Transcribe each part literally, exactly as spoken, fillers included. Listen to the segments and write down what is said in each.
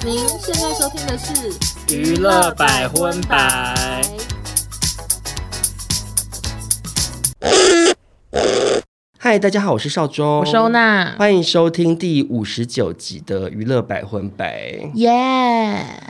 您现在收听的是娱乐百分百。 嗨，大家好，我是少中， 我是欧娜， 欢迎收听第五十九集的娱乐百分百。 耶、 yeah ！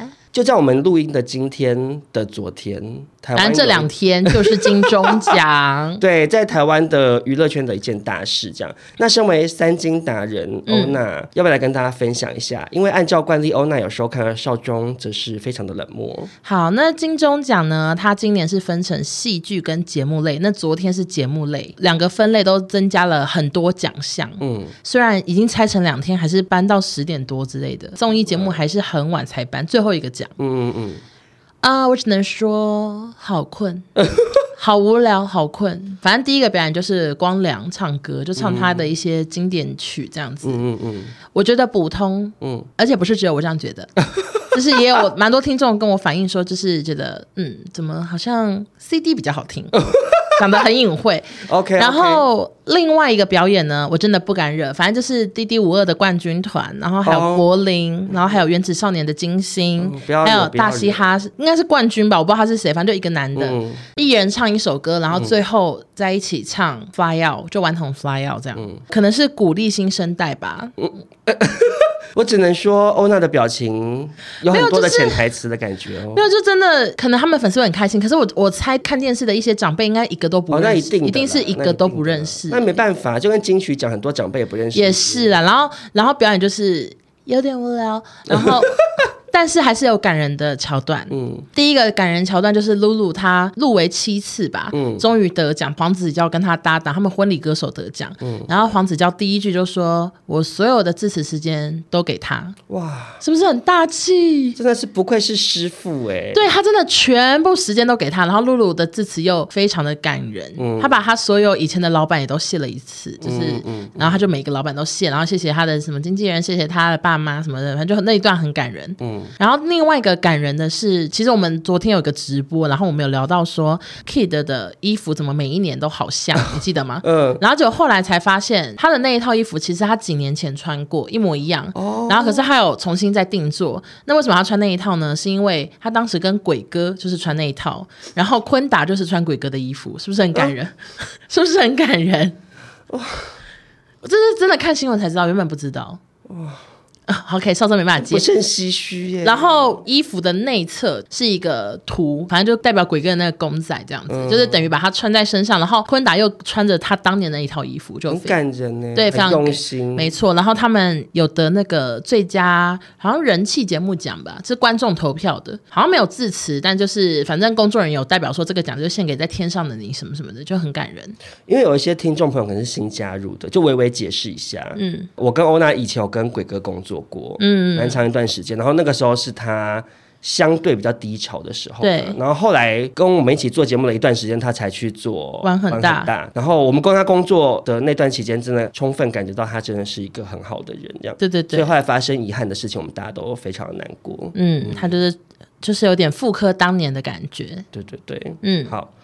就在我们录音的今天的昨天，台湾反正这两天就是金钟奖。 对，在台湾的娱乐圈的一件大事，这样。那身为三金达人欧娜、嗯，要不要来跟大家分享一下？因为按照惯例，欧娜有时候看到少中则是非常的冷漠。 好，那金钟奖呢，它今年是分成戏剧跟节目类，那昨天是节目类，两个分类都增加了很多奖项。嗯，虽然已经拆成两天，还是搬到十点多之类的，综艺节目还是很晚才搬，最后一个奖。嗯嗯嗯。啊、uh, 我只能说好困好无聊好困。反正第一个表演就是光良唱歌，就唱他的一些经典曲这样子。嗯嗯嗯，我觉得普通，嗯，而且不是只有我这样觉得，就是也有蛮多听众跟我反映说，就是觉得嗯，怎么好像 C D 比较好听。讲得很隐晦 ，OK。 然后另外一个表演呢，我真的不敢惹，反正就是滴滴五二的冠军团，然后还有柏林， oh. 然后还有原子少年的金星，嗯、还有大嘻哈，应该是冠军吧，我不知道他是谁，反正就一个男的，嗯、一人唱一首歌，然后最后在一起唱 Fly Out， 就顽童 Fly Out 这样，嗯、可能是鼓励新生代吧。嗯我只能说欧娜的表情有很多的潜台词的感觉、哦、 没有、就是、没有就真的可能他们粉丝会很开心，可是我我猜看电视的一些长辈应该一个都不认识、哦、那一定一定是一个都不认识。 那, 那没办法，就跟金曲奖很多长辈也不认识也是啦。然后然后表演就是有点无聊，然后但是还是有感人的桥段。嗯，第一个感人桥段就是露露她入围七次吧，嗯，终于得奖。黄子佼跟她搭档，他们婚礼歌手得奖。嗯，然后黄子佼第一句就说：“我所有的致辞时间都给他。”哇，是不是很大气？ 真的是不愧是师父哎、欸！ 对，他真的全部时间都给他。然后露露的致辞又非常的感人，嗯，他把他所有以前的老板也都谢了一次，就是，嗯嗯、然后他就每个老板都谢，然后谢谢他的什么经纪人，谢谢他的爸妈什么的，反正就那一段很感人。嗯。然后另外一个感人的是，其实我们昨天有一个直播，然后我们有聊到说 Kid 的衣服怎么每一年都好像，你记得吗？嗯。然后结果后来才发现，他的那一套衣服其实他几年前穿过，一模一样。哦。然后可是他有重新再定做。那为什么他穿那一套呢？是因为他当时跟鬼哥就是穿那一套，然后坤达就是穿鬼哥的衣服，是不是很感人？啊、是不是很感人？哇！我这是真的看新闻才知道，原本不知道。哇！OK， 少中没办法接， 不是很唏嘘耶。 然后衣服的内侧是一个图，反正就代表鬼哥的那个公仔这样子，嗯、就是等于把它穿在身上。然后坤达又穿着他当年的一套衣服，就很感人呢， 对，非常用心， 没错。然后他们有得那个最佳好像人气节目奖吧，是观众投票的，好像没有致辞，但就是反正工作人员有代表说这个奖就献给在天上的你什么什么的，就很感人。 因为有一些听众朋友可能是新加入的，就微微解释一下。嗯，我跟欧娜以前有跟鬼哥工作过，嗯，蛮长一段时间，然后那个时候是他相对比较低潮的时候，对，然后后来跟我们一起做节目的一段时间，他才去做玩很大，很大。然后我们跟他工作的那段期间，真的充分感觉到他真的是一个很好的人，这样， 对对对。 所以后来发生遗憾的事情，我们大家都非常的难过。 嗯，嗯他就是就是有点复刻当年的感觉。 对对对，嗯，好。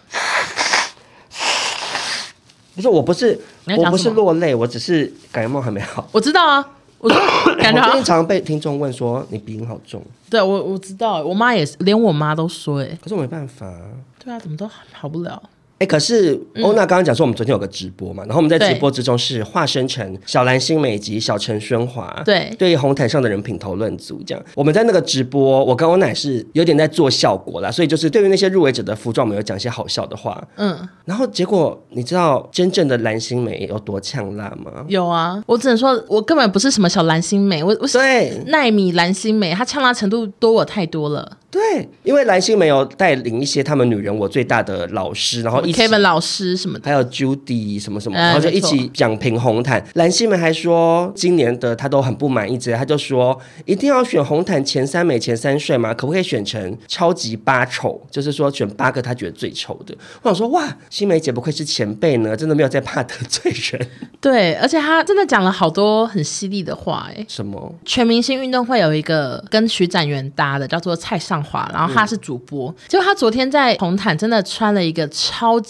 不是，我不是，我不是落泪，我只是感冒还没好。 我知道啊。我感觉好像经常被听众问说你鼻音好重。 对，我我知道，我妈也是，连我妈都说哎、欸。 可是我没办法。 对啊，怎么都好不了。 哎、欸，可是欧娜刚刚讲说我们昨天有个直播嘛，然后我们在直播之中是化身成小蓝心湄及小陈宣华，对，对红毯上的人品头论足这样。我们在那个直播，我跟欧娜是有点在做效果啦，所以就是对于那些入围者的服装，我们有讲一些好笑的话，嗯，然后结果你知道真正的蓝心湄有多呛辣吗？ 有啊，我只能说我根本不是什么小蓝心湄，我我对奈米蓝心湄，她呛辣程度多我太多了。 对，因为蓝心湄有带领一些他们女人我最大的老师，然后一起 Kevin 老师什么的， 还有 Judy 什么什么，然后就一起讲评红毯。蓝心湄还说今年的他都很不满意之类，他就说一定要选红毯前三美前三帅吗？可不可以选成超级八丑，就是说选八个他觉得最丑的。我想说哇，心湄姐不愧是前辈呢，真的没有在怕得罪人。 对，而且他真的讲了好多很犀利的话。哎， 什么？ 全明星运动会有一个跟徐展元搭的叫做蔡尚华，然后他是主播、嗯、结果他昨天在红毯真的穿了一个超级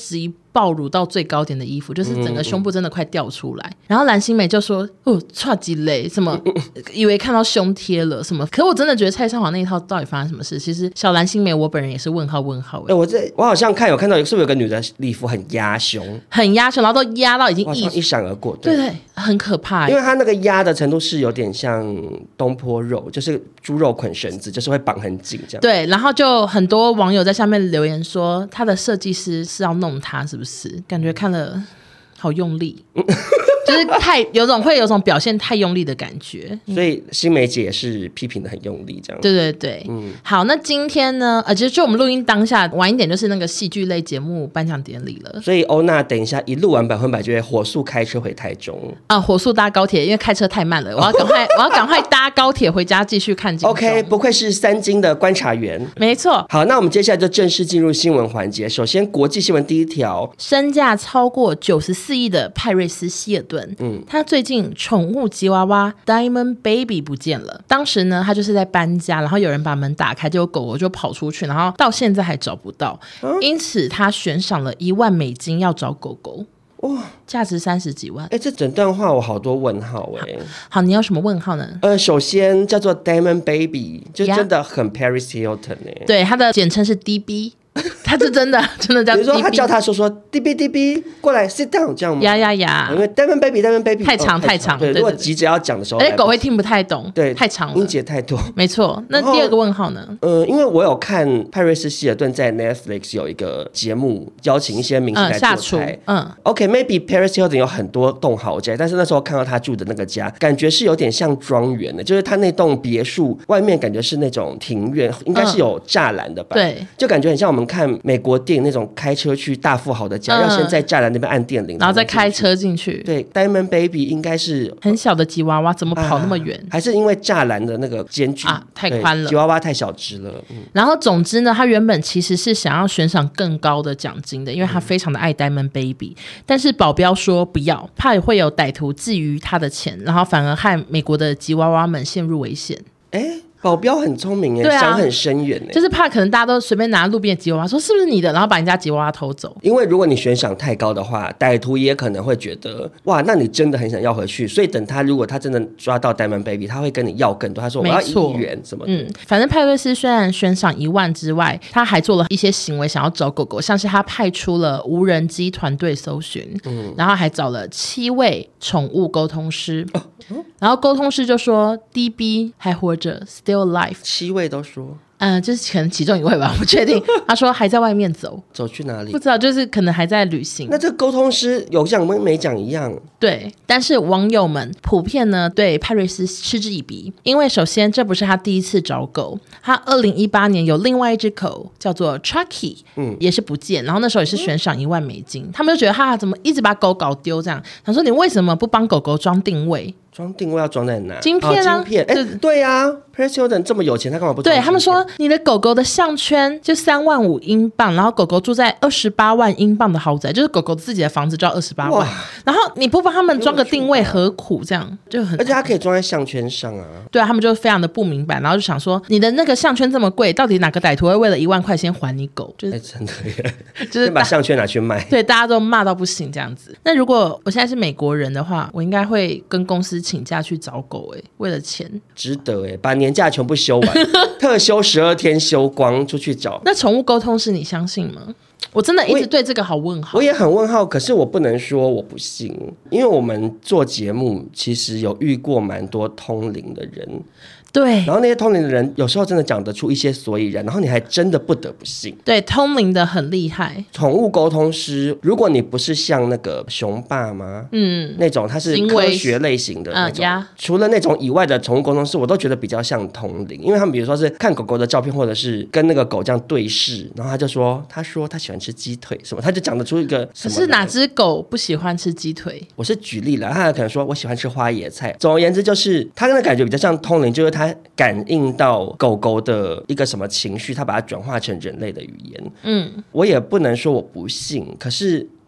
暴乳到最高点的衣服，就是整个胸部真的快掉出来。嗯、然后蓝心湄就说：“哦，差几勒什么，以为看到胸贴了什么。”可我真的觉得蔡尚华那一套到底发生什么事？其实小蓝心湄我本人也是问号问号、欸。 哎、欸，我这我好像看有看到是不是有个女的礼服很压胸， 很压胸，然后都压到已经一一闪而过。 对 对, 对，很可怕、欸。 因为它那个压的程度是有点像东坡肉，就是猪肉捆绳子，就是会绑很紧这样。 对，然后就很多网友在下面留言说，他的设计师是要弄他，是不是？感觉看了好用力。就是太有种会有种表现太用力的感觉， 所以新梅姐也是批评的很用力这样。 对对对，嗯，好，那今天呢，呃，其实就我们录音当下晚一点就是那个戏剧类节目颁奖典礼了， 所以欧娜等一下一录完百分百就会火速开车回台中啊，火速搭高铁，因为开车太慢了，我要赶快我要赶快搭高铁回家继续看金钟。 OK， 不愧是三金的观察员， 没错。 好，那我们接下来就正式进入新闻环节。首先，国际新闻第一条， 身价超过九十四亿的派瑞斯希尔顿，嗯，他最近宠物吉娃娃 Diamond Baby 不见了。当时呢，他就是在搬家，然后有人把门打开，结果狗狗就跑出去，然后到现在还找不到，嗯、因此他悬赏了一万美金要找狗狗。哇，价值三十几万！ 哎，这整段话我好多问号哎。 好，你有什么问号呢？ 呃，首先叫做 Diamond Baby， 就真的很 Paris Hilton 哎。 对，它的简称是 D B。他是真的真的叫 D B， 比如说他叫他说说 D B D B 过来 sit down 这样吗？ 呀呀呀！ 因为 Diamond Baby Diamond Baby 太长、哦、太长， 对，如果急着要讲的时候， 而且狗会听不太懂， 对， 太长了， 音节太多， 没错。那第二个问号呢？ 呃，因为我有看派瑞斯希尔顿在 Netflix 有一个节目，邀请一些明星来做菜。嗯, 嗯 ，OK，maybe、okay, Paris Hilton 有很多栋豪宅，但是那时候看到他住的那个家，感觉是有点像庄园的，就是他那栋别墅外面感觉是那种庭院，应该是有栅栏的吧？ 嗯、对， 就感觉很像我们看美国电影那种开车去大富豪的家，嗯、要先在栅栏那边按电铃， 然后再开车进去。 对 ，Diamond Baby 应该是很小的吉娃娃，怎么跑那么远、啊？ 还是因为栅栏的那个间距啊太宽了， 吉娃娃太小只了。嗯、 然后总之呢，他原本其实是想要悬赏更高的奖金的，因为他非常的爱 Diamond Baby，、嗯、但是保镖说不要，怕会有歹徒觊觎他的钱，然后反而和美国的吉娃娃们陷入危险。 哎。保镖很聪明耶，想、啊、很深远耶， 就是怕可能大家都随便拿路边的吉娃娃说是不是你的，然后把人家吉娃娃偷走。 因为如果你悬赏太高的话，歹徒也可能会觉得哇，那你真的很想要回去，所以等他如果他真的抓到 Diamond Baby， 他会跟你要更多。他说我要一亿元什么的。嗯， 反正派瑞斯虽然悬赏一万之外，他还做了一些行为想要找狗狗，像是他派出了无人机团队搜寻，嗯，然后还找了七位宠物沟通师，哦哦、然后沟通师就说 D B 还活着 ，still alive。 七位都说， 嗯、呃，就是可能其中一位吧，我不确定。他说还在外面走， 走去哪里？ 不知道，就是可能还在旅行。 那这个沟通师有讲跟没讲一样。 对，但是网友们普遍呢对派瑞斯嗤之以鼻，因为首先这不是他第一次找狗，他二零一八年有另外一只狗叫做 Chucky， 嗯，也是不见，然后那时候也是悬赏一万美金，嗯、他们就觉得他怎么一直把狗搞丢这样，想说你为什么不帮狗狗装定位？ 装定位要装在哪？ 晶片啊， 哦、晶片。哎，对呀、啊、，Paris Hilton 这么有钱，他干嘛不装？ 对他们说，你的狗狗的项圈就三万五英镑，然后狗狗住在二十八万英镑的豪宅，就是狗狗自己的房子就要二十八万，然后你不帮他们装个定位，何苦？这样就很， 而且它可以装在项圈上啊。 对啊，他们就非常的不明白，然后就想说，你的那个项圈这么贵，到底哪个歹徒会为了一万块先还你狗？就是、 欸、真的耶，就是先把项圈拿去卖。 对，大家都骂到不行这样子。那如果我现在是美国人的话，我应该会跟公司请假去找狗、欸，为了钱， 值得哎，把年假全部休完，特休十二天休光出去找。 那宠物沟通师你相信吗？我真的一直对这个好问号。 我也很问号，可是我不能说我不信，因为我们做节目其实有遇过蛮多通灵的人。 对， 然后那些通灵的人有时候真的讲得出一些所以然，然后你还真的不得不信。 对，通灵的很厉害。 宠物沟通师，如果你不是像那个熊爸吗？嗯，那种他是科学类型的那种、嗯、除了那种以外的宠物沟通师，我都觉得比较像通灵，因为他们比如说是看狗狗的照片，或者是跟那个狗这样对视，然后他就说，他说他喜欢吃鸡腿什么，他就讲得出一个什么。 可是哪只狗不喜欢吃鸡腿？ 我是举例了，他可能说我喜欢吃花椰菜。总而言之，就是他那个感觉比较像通灵，就是他感应到狗狗的一个什么情绪，他把它转化成人类的语言。嗯，我也不能说我不信，可是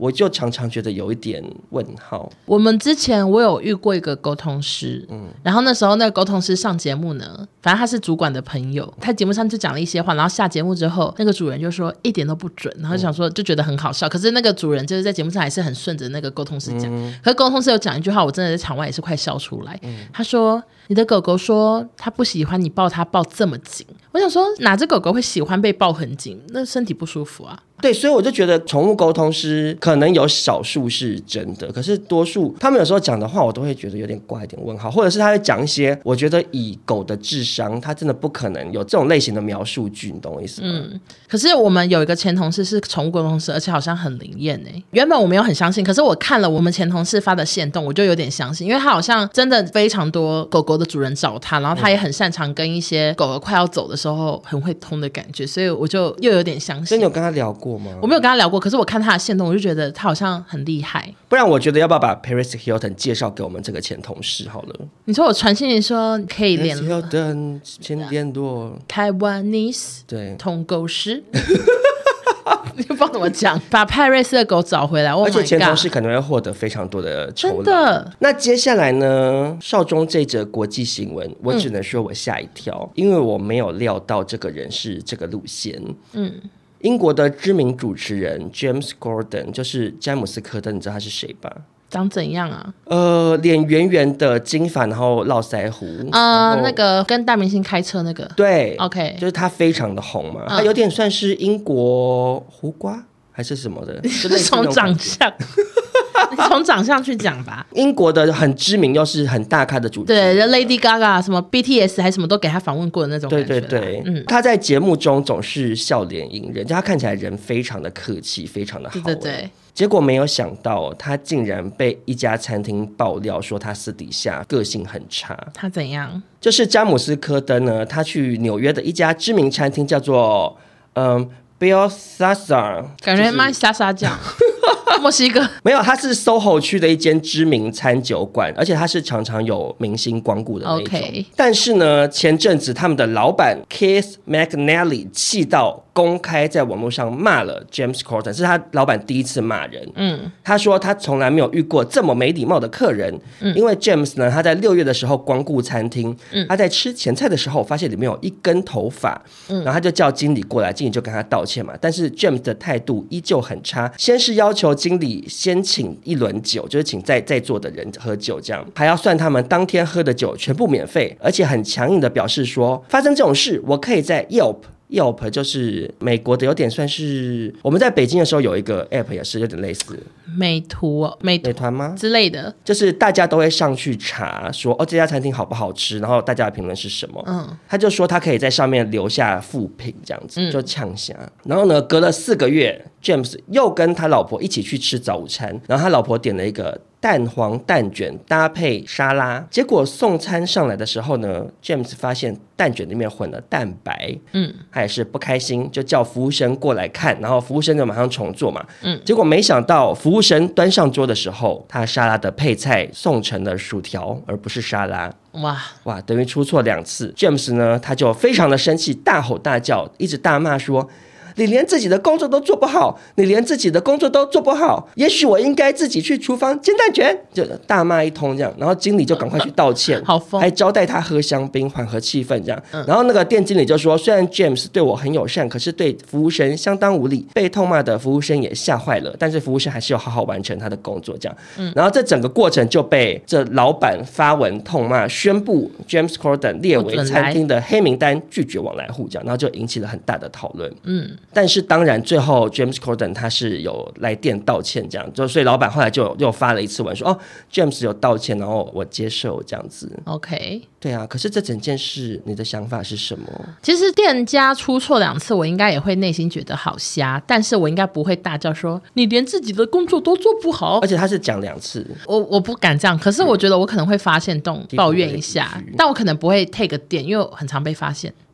我就常常觉得有一点问号。 我们之前我有遇过一个沟通师，嗯，然后那时候那个沟通师上节目呢，反正他是主管的朋友，他节目上就讲了一些话，然后下节目之后那个主人就说一点都不准，然后就想说就觉得很好笑，可是那个主人就是在节目上还是很顺着那个沟通师讲、嗯、可是沟通师有讲一句话，我真的在场外也是快笑出来、嗯、他说你的狗狗说他不喜欢你抱它抱这么紧，我想说哪只狗狗会喜欢被抱很紧，那身体不舒服啊。 对，所以我就觉得宠物沟通师可能有少数是真的，可是多数他们有时候讲的话我都会觉得有点怪，一点问号，或者是他会讲一些我觉得以狗的智商他真的不可能有这种类型的描述句，你懂我意思吗？嗯， 可是我们有一个前同事是宠物沟通师，而且好像很灵验耶。原本我没有很相信，可是我看了我们前同事发的限动我就有点相信，因为他好像真的非常多狗狗的主人找他，然后他也很擅长跟一些狗狗快要走的时候很会通的感觉，所以我就又有点相信。 所以你有跟他聊过吗？ 我没有跟他聊过，可是我看他的限动我就觉得他好像很厉害。 不然我觉得要不要把 Paris Hilton 介绍给我们这个前同事好了？ 你说我传讯息说可以联络 Paris Hilton 先联络台湾 Nice 对同狗师你不知道怎么讲，把派瑞斯的狗找回来、oh、 而且前同事可能会获得非常多的酬劳。 真的。 那接下来呢，少中这则国际新闻我只能说我吓一跳、嗯、因为我没有料到这个人是这个路线。嗯，英国的知名主持人 James Corden 就是詹姆斯科登，你知道他是谁吧？ 长怎样啊？ 呃，脸圆圆的，金发，然后络腮胡， 呃，那个跟大明星开车那个， 对 ，OK， 就是他非常的红嘛，嗯、他有点算是英国胡瓜还是什么的， 从长相。你从长相去讲吧。 英国的很知名又是很大咖的主持人， 对 Lady Gaga 什么 B T S 还什么都给他访问过的那种感觉。 对对对、嗯、他在节目中总是笑脸迎人，就他看起来人非常的客气，非常的好。 对对对。 结果没有想到他竟然被一家餐厅爆料说他私底下个性很差。 他怎样？就是詹姆斯科登呢，他去纽约的一家知名餐厅叫做嗯 Bill Sasa， 感觉卖沙沙酱墨西哥没有，它是 S O H O 区的一间知名餐酒馆，而且它是常常有明星光顾的那种、okay. 但是呢，前阵子他们的老板 Keith McNally 气到公开在网络上骂了 James Corden， 是他老板第一次骂人。嗯，他说他从来没有遇过这么没礼貌的客人。嗯，因为 James 呢，他在六月的时候光顾餐厅，嗯，他在吃前菜的时候发现里面有一根头发，嗯，然后他就叫经理过来，经理就跟他道歉嘛，但是 James 的态度依旧很差，先是要求经理先请一轮酒，就是请在在座的人喝酒，这样还要算他们当天喝的酒全部免费，而且很强硬的表示说，发生这种事我可以在 Yelp。Yelp 就是美国的，有点算是我们在北京的时候有一个 app 也是有点类似美图美美团吗之类的，就是大家都会上去查说哦这家餐厅好不好吃，然后大家的评论是什么。嗯，他就说他可以在上面留下负评这样子，就呛下、嗯、然后呢隔了四个月 James 又跟他老婆一起去吃早餐，然后他老婆点了一个蛋黄蛋卷搭配沙拉，结果送餐上来的时候呢 James 发现蛋卷里面混了蛋白，嗯，他也是不开心，就叫服务生过来看，然后服务生就马上重做嘛，嗯，结果没想到服务生端上桌的时候，他沙拉的配菜送成了薯条而不是沙拉。哇哇，等于出错两次。 James 呢他就非常的生气，大吼大叫，一直大骂说你连自己的工作都做不好，你连自己的工作都做不好，也许我应该自己去厨房煎蛋卷，就大骂一通这样，然后经理就赶快去道歉好疯， 还招待他喝香槟缓和气氛这样、嗯、然后那个店经理就说，虽然 James 对我很友善，可是对服务生相当无礼，被痛骂的服务生也吓坏了，但是服务生还是有好好完成他的工作这样、嗯、然后这整个过程就被这老板发文痛骂，宣布 James Corden 列为餐厅的黑名单，拒绝往来户这样，然后就引起了很大的讨论。嗯，但是当然最后 James Corden 他是有来店道歉这样，就所以老板后来就又发了一次文说，哦 James 有道歉，然后我接受这样子。 OK， 对啊，可是这整件事你的想法是什么？ 其实店家出错两次我应该也会内心觉得好瞎，但是我应该不会大叫说你连自己的工作都做不好， 而且他是讲两次， 我我不敢这样，可是我觉得我可能会发现动抱怨一下，但我可能不会 take 店，因为我很常被发现。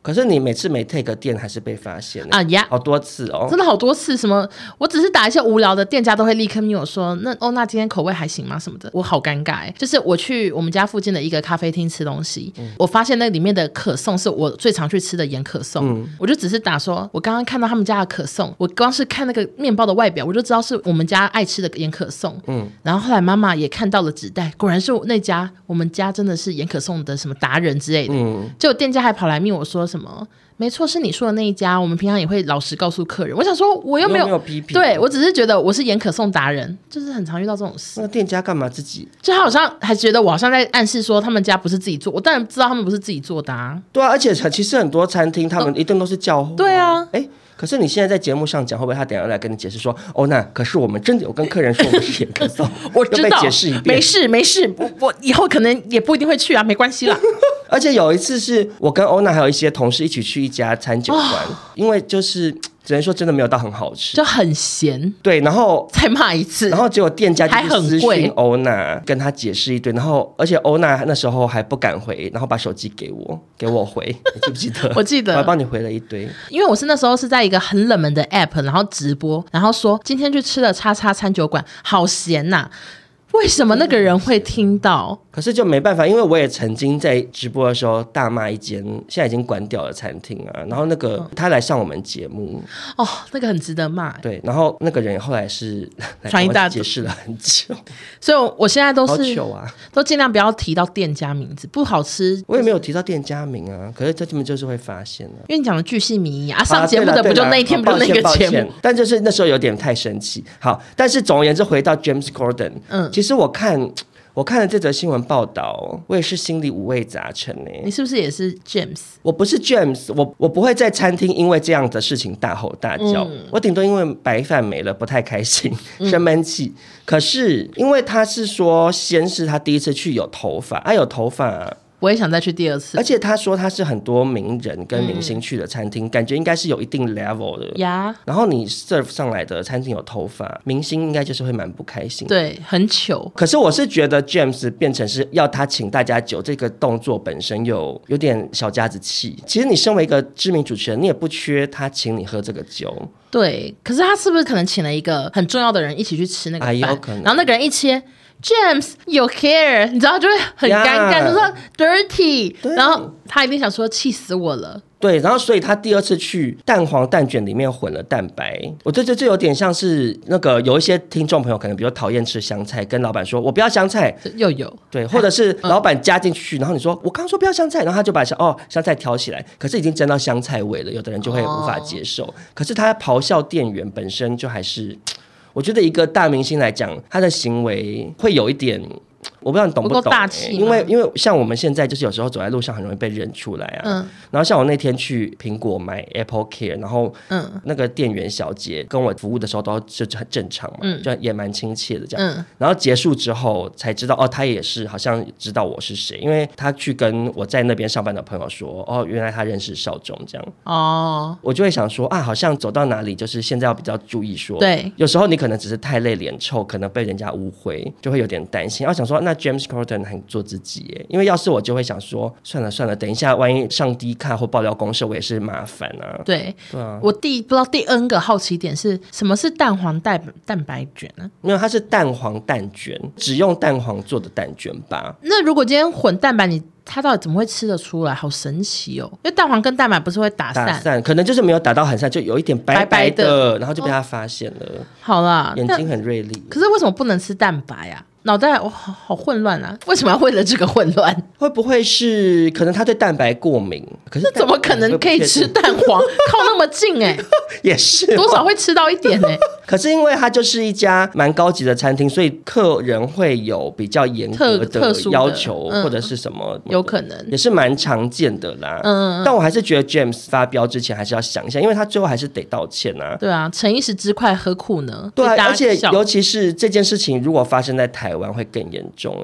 可是你每次没 take 店还是被发现啊呀， 好多次哦， 真的好多次。什么？我只是打一些无聊的，店家都会立刻密我说，那欧娜今天口味还行吗？什么的，我好尴尬哎。就是我去我们家附近的一个咖啡厅吃东西，嗯、我发现那里面的可颂是我最常去吃的盐可颂，嗯、我就只是打说，我刚刚看到他们家的可颂，我光是看那个面包的外表，我就知道是我们家爱吃的盐可颂。嗯，然后后来妈妈也看到了纸袋，果然是那家我们家真的是盐可颂的什么达人之类的。嗯，结果店家还跑来密我说什么。没错，是你说的那一家，我们平常也会老实告诉客人。我想说，我又没有, 没有批评， 对我只是觉得我是盐可颂达人，就是很常遇到这种事。 那店家干嘛自己？ 就他好像还觉得我好像在暗示说他们家不是自己做，我当然知道他们不是自己做的啊。 对啊，而且其实很多餐厅他们一定都是叫货、啊。 对啊， 哎。可是你现在在节目上讲，会不会他等一下来跟你解释说，哦，那可是我们真的有跟客人说我们是盐可颂， 我知道， 被解释一遍， 没事没事，我我以后可能也不一定会去啊，没关系啦。 而且有一次是我跟欧娜还有一些同事一起去一家餐酒馆，哦、因为就是只能说真的没有到很好吃， 就很咸。 对，然后再骂一次， 然后结果店家就是私讯欧娜，跟他解释一堆，然后而且欧娜那时候还不敢回，然后把手机给我，给我回，你记不记得？ 我记得， 我还帮你回了一堆。 因为我是那时候是在一个很冷门的 app， 然后直播，然后说今天去吃了叉叉餐酒馆，好咸呐、啊。为什么那个人会听到？ 可是就没办法，因为我也曾经在直播的时候大骂一间现在已经关掉的餐厅啊，然后那个、嗯、他来上我们节目， 哦，那个很值得骂。 对，然后那个人后来是传一大解释了很久， 所以我现在都是、 啊、 都尽量不要提到店家名字，不好吃。 我也没有提到店家名啊，可是这根本就是会发现啊， 因为你讲的巨细靡遗啊，上节目的不就那一天不就那个节目？ 但就是那时候有点太生气。好，但是总而言之，回到 James Corden， 嗯。其实我看我看了这则新闻报道，我也是心里五味杂陈呢。 你是不是也是 James？ 我不是 James， 我我不会在餐厅因为这样的事情大吼大叫，嗯、我顶多因为白饭没了不太开心，生闷气。嗯、可是因为他是说，先是他第一次去有头发，啊有头发、啊。 我也想再去第二次， 而且他说他是很多名人跟明星去的餐厅、嗯、感觉应该是有一定 level 的呀。然后你 serve 上来的餐厅有头发，明星应该就是会蛮不开心， 对，很糗。 可是我是觉得 James 变成是要他请大家酒，这个动作本身有有点小家子气。其实你身为一个知名主持人，你也不缺他请你喝这个酒。对， 可是他是不是可能请了一个很重要的人一起去吃那个饭、啊、 有可能。 然后那个人一切James 有 hair， 你知道就会很尴尬， yeah, 就说 dirty， 然后他一定想说气死我了。 对，然后所以他第二次去蛋黄蛋卷里面混了蛋白，我这这这有点像是那个有一些听众朋友可能比较讨厌吃香菜，跟老板说我不要香菜， 又有对，或者是老板加进去，嗯、然后你说我刚刚说不要香菜，然后他就把香哦香菜挑起来，可是已经沾到香菜味了，有的人就会无法接受。哦、可是他咆哮店员本身就还是。我觉得一个大明星来讲，他的行为会有一点，我不知道你懂不懂、欸？ 不够大气， 因为因为像我们现在就是有时候走在路上很容易被认出来啊。嗯。然后像我那天去苹果买 Apple Care， 然后嗯，那个店员小姐跟我服务的时候都就很正常嘛，嗯，就也蛮亲切的这样。嗯。然后结束之后才知道，哦，她也是好像知道我是谁，因为她去跟我在那边上班的朋友说，哦，原来她认识少中这样。哦。我就会想说啊，好像走到哪里就是现在要比较注意说，对，有时候你可能只是太累脸臭，可能被人家误会，就会有点担心。要想说那 James Corden 很做自己耶，因为要是我就会想说算了算了，等一下万一上低卡或爆料公社，我也是麻烦啊。对，对啊。我第不知道第 N 个好奇点是什么是蛋黄蛋蛋白卷呢？没有，它是蛋黄蛋卷，只用蛋黄做的蛋卷吧。那如果今天混蛋白，你它到底怎么会吃得出来？好神奇哦！因为蛋黄跟蛋白不是会打散，打散可能就是没有打到很散，就有一点白白的，白白的然后就被他发现了。哦、好啦，眼睛很锐利。可是为什么不能吃蛋白啊？脑袋哇，好混乱啊！为什么要为了这个混乱？会不会是可能他对蛋白过敏？可是怎么可能可以吃蛋黄？靠那么近哎、欸，也是多少会吃到一点哎、欸。可是因为它就是一家蛮高级的餐厅，所以客人会有比较严格的要求，嗯、或者是什么，有可能也是蛮常见的啦。嗯，但我还是觉得 James 发飙之前还是要想一下，因为他最后还是得道歉啊。对啊，逞一时之快何苦呢？对啊，而且尤其是这件事情如果发生在台湾会更严重哎、欸。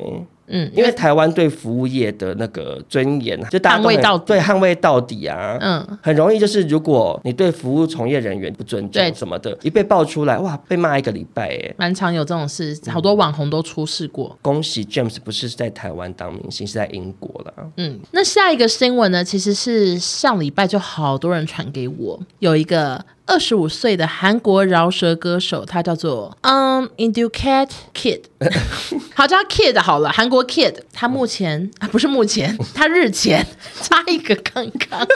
嗯，因为台湾对服务业的那个尊严，就大家都捍卫到底， 对捍卫到底啊，嗯，很容易就是如果你对服务从业人员不尊重什么的，一被爆出来，哇，被骂一个礼拜，哎， 蛮常有这种事，好多网红都出事过。嗯、 恭喜 James 不是在台湾当明星，是在英国了。 嗯，那下一个新闻呢，其实是上礼拜就好多人传给我，有一个二十五岁的韩国饶舌歌手，他叫做嗯 Inducat Kid， 好叫他 Kid 好了，韩国 Kid， 他目前啊不是目前，他日前差一个刚刚。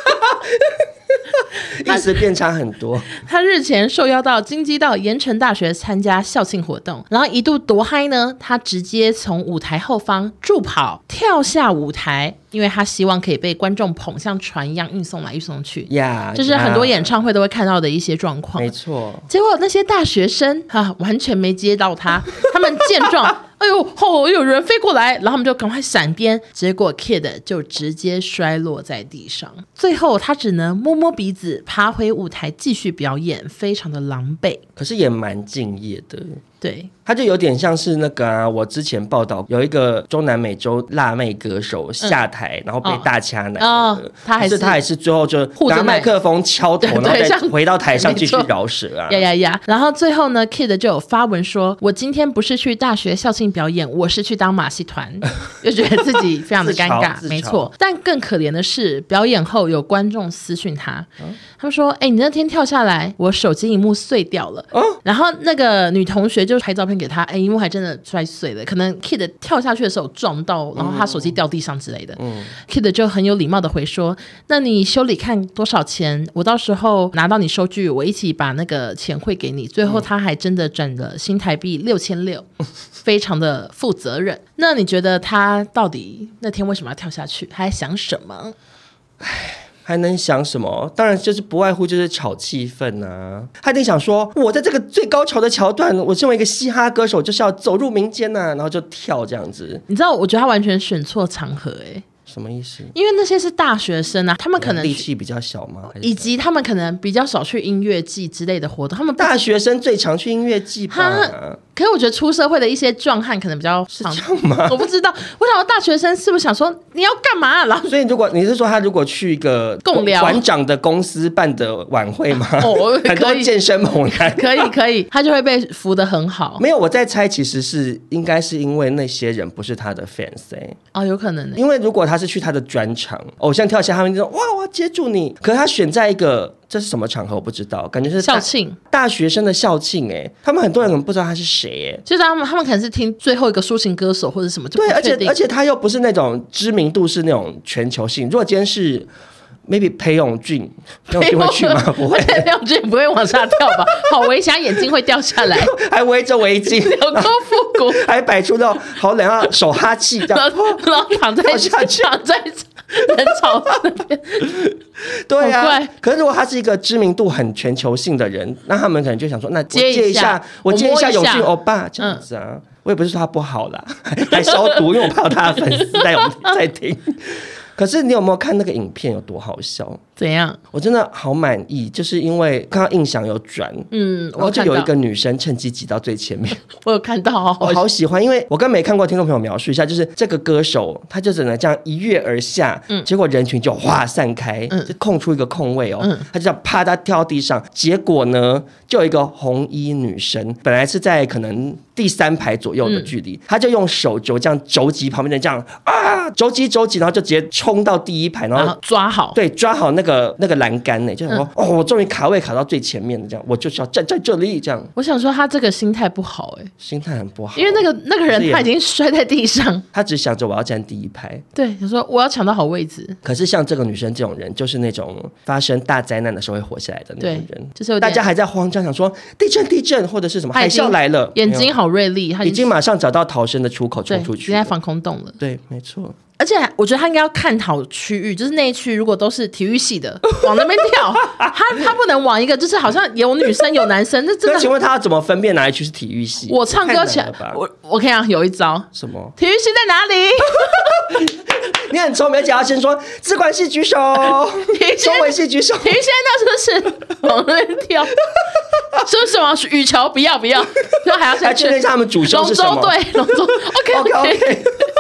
意思变差很多。 他日前受邀到京畿道盐城大学参加校庆活动，然后一度多嗨呢，他直接从舞台后方助跑跳下舞台，因为他希望可以被观众捧像船一样运送来运送去， yeah, 就是很多演唱会都会看到的一些状况。 没错。 结果那些大学生啊，完全没接到他，他们见状哎呦哦，有人飞过来，然后他们就赶快闪边，结果 Kid 就直接摔落在地上，最后他只能摸摸鼻子爬回舞台继续表演，非常的狼狈， 可是也蛮敬业的。 对， 他就有点像是那个、啊、我之前报道有一个中南美洲辣妹歌手下台、嗯、然后被大掐奶、哦哦、他还是他还是最后就拿麦克风敲头，然后再回到台上继续饶舌啊， 呀呀呀！然后最后呢 Kid 就有发文说，我今天不是去大学校庆表演，我是去当马戏团，就觉得自己非常的尴尬。没错，但更可怜的是表演后有观众私讯他、嗯、他们说哎、欸，你那天跳下来我手机萤幕碎掉了、哦、然后那个女同学就拍照片给他，哎，萤幕还真的摔碎了，可能 Kid 跳下去的时候撞到，然后他手机掉地上之类的、嗯、Kid 就很有礼貌的回说，那你修理看多少钱，我到时候拿到你收据，我一起把那个钱汇给你。最后他还真的转了新台币六千六，非常的负责任。那你觉得他到底那天为什么要跳下去，他还想什么？ 唉，还能想什么？当然就是不外乎就是炒气氛啊。他一定想说，我在这个最高潮的桥段，我身为一个嘻哈歌手就是要走入民间啊，然后就跳这样子。 你知道我觉得他完全选错场合哎、欸。 什么意思？ 因为那些是大学生啊，他们可能力气比较小吗？ 以及他们可能比较少去音乐季之类的活动。他们大学生最常去音乐季吧？ 可是我觉得出社会的一些壮汉可能比较是这样吗？ 我不知道。我想说大学生是不是想说你要干嘛、啊？然后所以如果你是说他如果去一个共聊馆长的公司办的晚会吗？ 哦， 很多健身棚可以可以，他就会被服得很好。 没有，我在猜，其实是应该是因为那些人不是他的 fans 哎、欸。 哦，有可能、欸。 因为如果他是去他的专场，偶像跳下，他们就说哇，我要接住你。可是他选在一个。这是什么场合我不知道，感觉是校庆， 大学生的校庆哎、欸，他们很多人可能不知道他是谁哎、欸， 就是他们他们可能是听最后一个抒情歌手或者什么， 对，而且而且他又不是那种知名度是那种全球性。如果今天是 maybe 裴勇俊，裴勇俊会去吗？不会， 裴勇俊不会往下跳吧？好危险，眼睛会掉下来， 还围着围巾， 有多复古， 还摆出那种好冷啊手哈气这样， 然后躺在下去，躺在人潮那边。 对啊，可是如果他是一个知名度很全球性的人，那他们可能就想说，那我接一下，我接一下永俊欧巴这样子啊。嗯、我也不是说他不好啦，还消毒，因为我怕有他的粉丝在在听。可是你有没有看那个影片有多好笑？ 怎样？ 我真的好满意，就是因为看到印象有转，嗯，然后就有一个女生趁机挤到最前面。 我有看到， 我好喜欢，因为我跟没看过听众朋友描述一下，就是这个歌手他就只能这样一跃而下，嗯，结果人群就哗散开，嗯，就空出一个空位哦，嗯，他就这样啪嗒跳到地上，结果呢，就有一个红衣女生，本来是在可能第三排左右的距离，他、嗯、就用手肘这样肘击旁边的这样啊，肘击肘击，然后就直接冲到第一排，然后, 然后抓好， 对，抓好那个那个栏杆呢，就想说、嗯、哦，我终于卡位卡到最前面的，这样我就是要站在这里，这样。 我想说他这个心态不好哎、欸， 心态很不好， 因为那个那个人他已经摔在地上， 他只想着我要站第一排， 对，他说我要抢到好位置。 可是像这个女生这种人，就是那种发生大灾难的时候会活下来的那种人， 就是大家还在慌张想说地震地震或者是什么海啸来了， 眼睛好锐利， 已经马上找到逃生的出口冲出去， 现在防空洞了。 对，没错。 而且我觉得他应该要看好区域，就是那一区如果都是体育系的，往那边跳，他他不能往一个就是好像有女生有男生，那真的。 那请问他要怎么分辨哪一区是体育系？ 我唱歌起来，我我跟你讲有一招， 什么？ 体育系在哪里？ 你很聪明，而且要先说资管系举手，中文系举手， 体育系那是不是往那边跳？是不是往羽球？不要不要，就还要先确认一下他们主修是什么？ 龙舟队，龙舟 ，OK OK OK。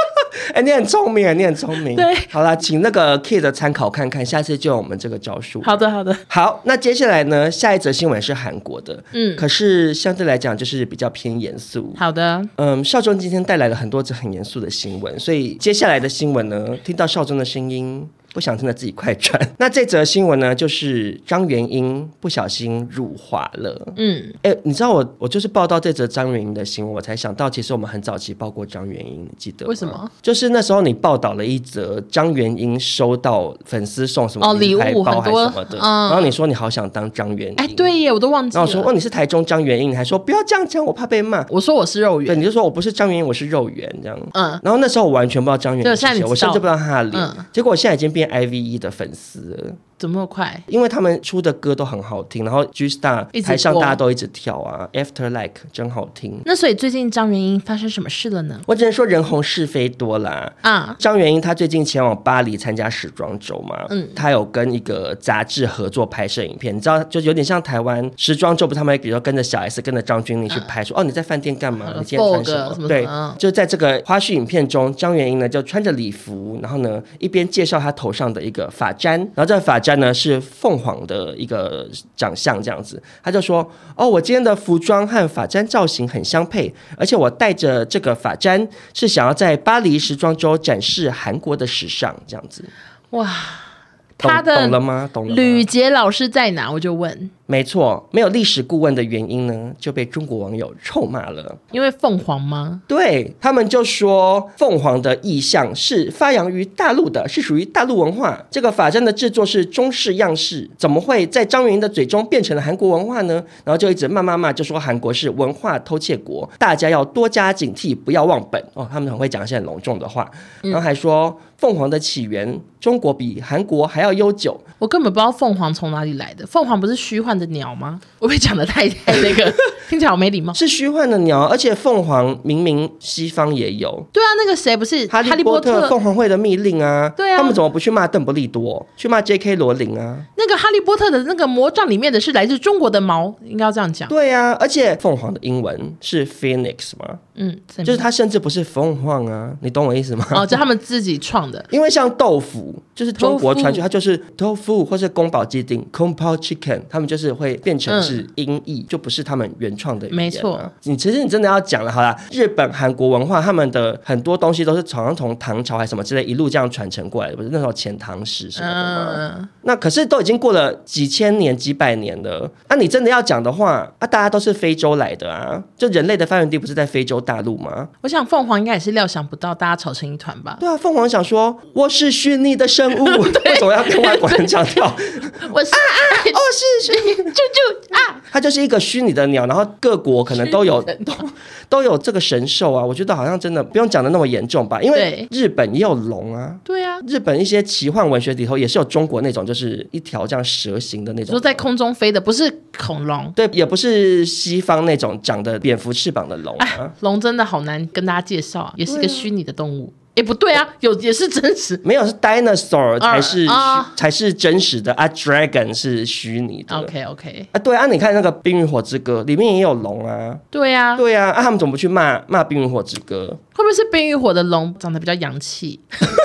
哎、欸，你很聪明，你很聪明。 对， 好啦，请那个 Kid 参考看看，下次就用我们这个招数。 好的，好的。 好，那接下来呢？下一则新闻是韩国的，嗯，可是相对来讲就是比较偏严肃。 好的， 嗯，少中今天带来了很多则很严肃的新闻，所以接下来的新闻呢，听到少中的声音。不想听的自己快转。那这则新闻呢，就是张元英不小心辱华了。嗯，哎，你知道我我就是报道这则张元英的新闻，我才想到，其实我们很早期报过张元英，你记得吗？ 为什么？ 就是那时候你报道了一则张元英收到粉丝送什么礼物包还是什么的，嗯、然后你说你好想当张元英。 哎，对耶，我都忘记了。 然后我说哦，你是台中张元英，你还说不要这样讲，我怕被骂。 我说我是肉圆， 对，你就说我不是张元英，我是肉圆这样。嗯，然后那时候我完全不知道张元英是谁，我甚至不知道他的脸。嗯、结果我现在已经变 I V E 的粉。粉丝了， 怎么那么快？ 因为他们出的歌都很好听，然后 G Star 台上大家都一直跳啊 ，After Like 真好听。 那所以最近张元英发生什么事了呢？ 我只能说人红是非多啦。啊，张元英她最近前往巴黎参加时装周嘛，嗯，她有跟一个杂志合作拍摄影片，你知道，就有点像台湾时装周，不是他们比如说跟着小 S 跟着张钧甯去拍，说、嗯、哦你在饭店干嘛？你今天穿什么？什么对，嗯、就在这个花絮影片中，张元英呢就穿着礼服，然后呢一边介绍她头上的一个发簪，然后这个发簪呢是凤凰的一个长相这样子，他就说哦，我今天的服装和发簪造型很相配，而且我带着这个发簪是想要在巴黎时装周展示韩国的时尚这样子。哇，他的懂了吗？懂了吗？ 吕杰老师在哪？我就问。 没错，没有历史顾问的原因呢，就被中国网友臭骂了。 因为凤凰吗？ 对，他们就说凤凰的意象是发扬于大陆的，是属于大陆文化。这个发簪的制作是中式样式，怎么会在张元英的嘴中变成了韩国文化呢？然后就一直骂骂骂，就说韩国是文化偷窃国，大家要多加警惕，不要忘本。哦，他们很会讲一些很隆重的话，然后还说凤凰的起源，中国比韩国还要悠久。 我根本不知道凤凰从哪里来的，凤凰不是虚幻的鸟吗？我被讲的太太那个，听起来好没礼貌。 是虚幻的鸟，而且凤凰明明西方也有。 对啊，那个谁不是哈利波特凤凰会的密令啊？ 对啊， 他们怎么不去骂邓布利多，去骂 J K 罗琳啊？ 那个哈利波特的那个魔杖里面的是来自中国的毛，应该要这样讲。 对啊，而且凤凰的英文是 Phoenix 吗？嗯，就是它甚至不是凤凰啊，你懂我意思吗？ 哦，就他们自己创的。 因为像豆腐，就是中国传去，它就是豆腐或是宫保鸡丁 Kung Pao Chicken， 他们就是会变成是音译，嗯、就不是他们原创的语言、啊。 没错， 你其实你真的要讲了，好啦，日本、韩国文化，他们的很多东西都是好像从唐朝还是什么之类一路这样传承过来的，不是那时候遣唐使什么的吗？嗯、那可是都已经过了几千年、几百年了。那、啊、你真的要讲的话，啊，大家都是非洲来的啊，就人类的发源地不是在非洲大陆吗？ 我想凤凰应该也是料想不到大家吵成一团吧？ 对啊，凤凰想说我是虚拟的生物，为什么要跟外国人强调？ 我是啊啊，我是虚拟，啾啾啊！ 它就是一个虚拟的鸟，然后各国可能都有都都有这个神兽啊。我觉得好像真的不用讲的那么严重吧，因为日本也有龙啊。 对啊， 日本一些奇幻文学里头也是有中国那种，就是一条这样蛇形的那种， 说在空中飞的，不是恐龙， 对，也不是西方那种长的蝙蝠翅膀的龙啊。 龙真的好难跟大家介绍啊，也是个虚拟的动物。也不对啊，有也是真实， 没有是 dinosaur 才是、uh, 才是真实的啊 ，dragon 是虚拟的。 OK OK 啊，对啊，你看那个《冰与火之歌》里面也有龙啊。 对啊， 对啊，啊，他们怎么不去骂骂《冰与火之歌》？ 会不会是冰与火的龙长得比较洋气？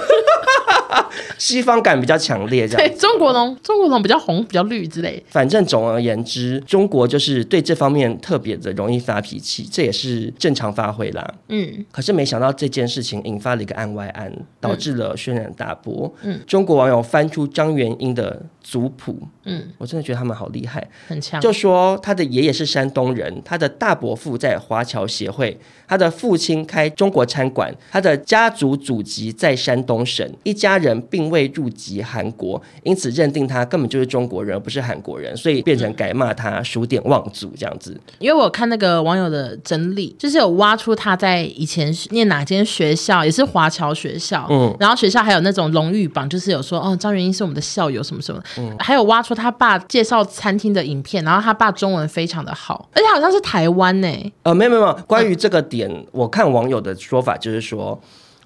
西方感比较强烈，这样。 对，中国龙，中国龙比较红，比较绿之类。 反正总而言之，中国就是对这方面特别的容易发脾气，这也是正常发挥啦。嗯。可是没想到这件事情引发了一个案外案，导致了轩然大波。嗯。中国网友翻出张元英的族谱，嗯，我真的觉得他们好厉害， 很强。 就说他的爷爷是山东人，他的大伯父在华侨协会，他的父亲开中国餐馆，他的家族祖籍在山东省，一家人并未入籍韩国，因此认定他根本就是中国人，而不是韩国人，所以变成改骂他数典忘祖这样子。 因为我看那个网友的整理，就是有挖出他在以前念哪间学校，也是华侨学校，嗯，然后学校还有那种荣誉榜，就是有说哦张元英是我们的校友什么什么。嗯、还有挖出他爸介绍餐厅的影片，然后他爸中文非常的好，而且好像是台湾呢、欸。 呃，没有没有，关于这个点，嗯、我看网友的说法就是说，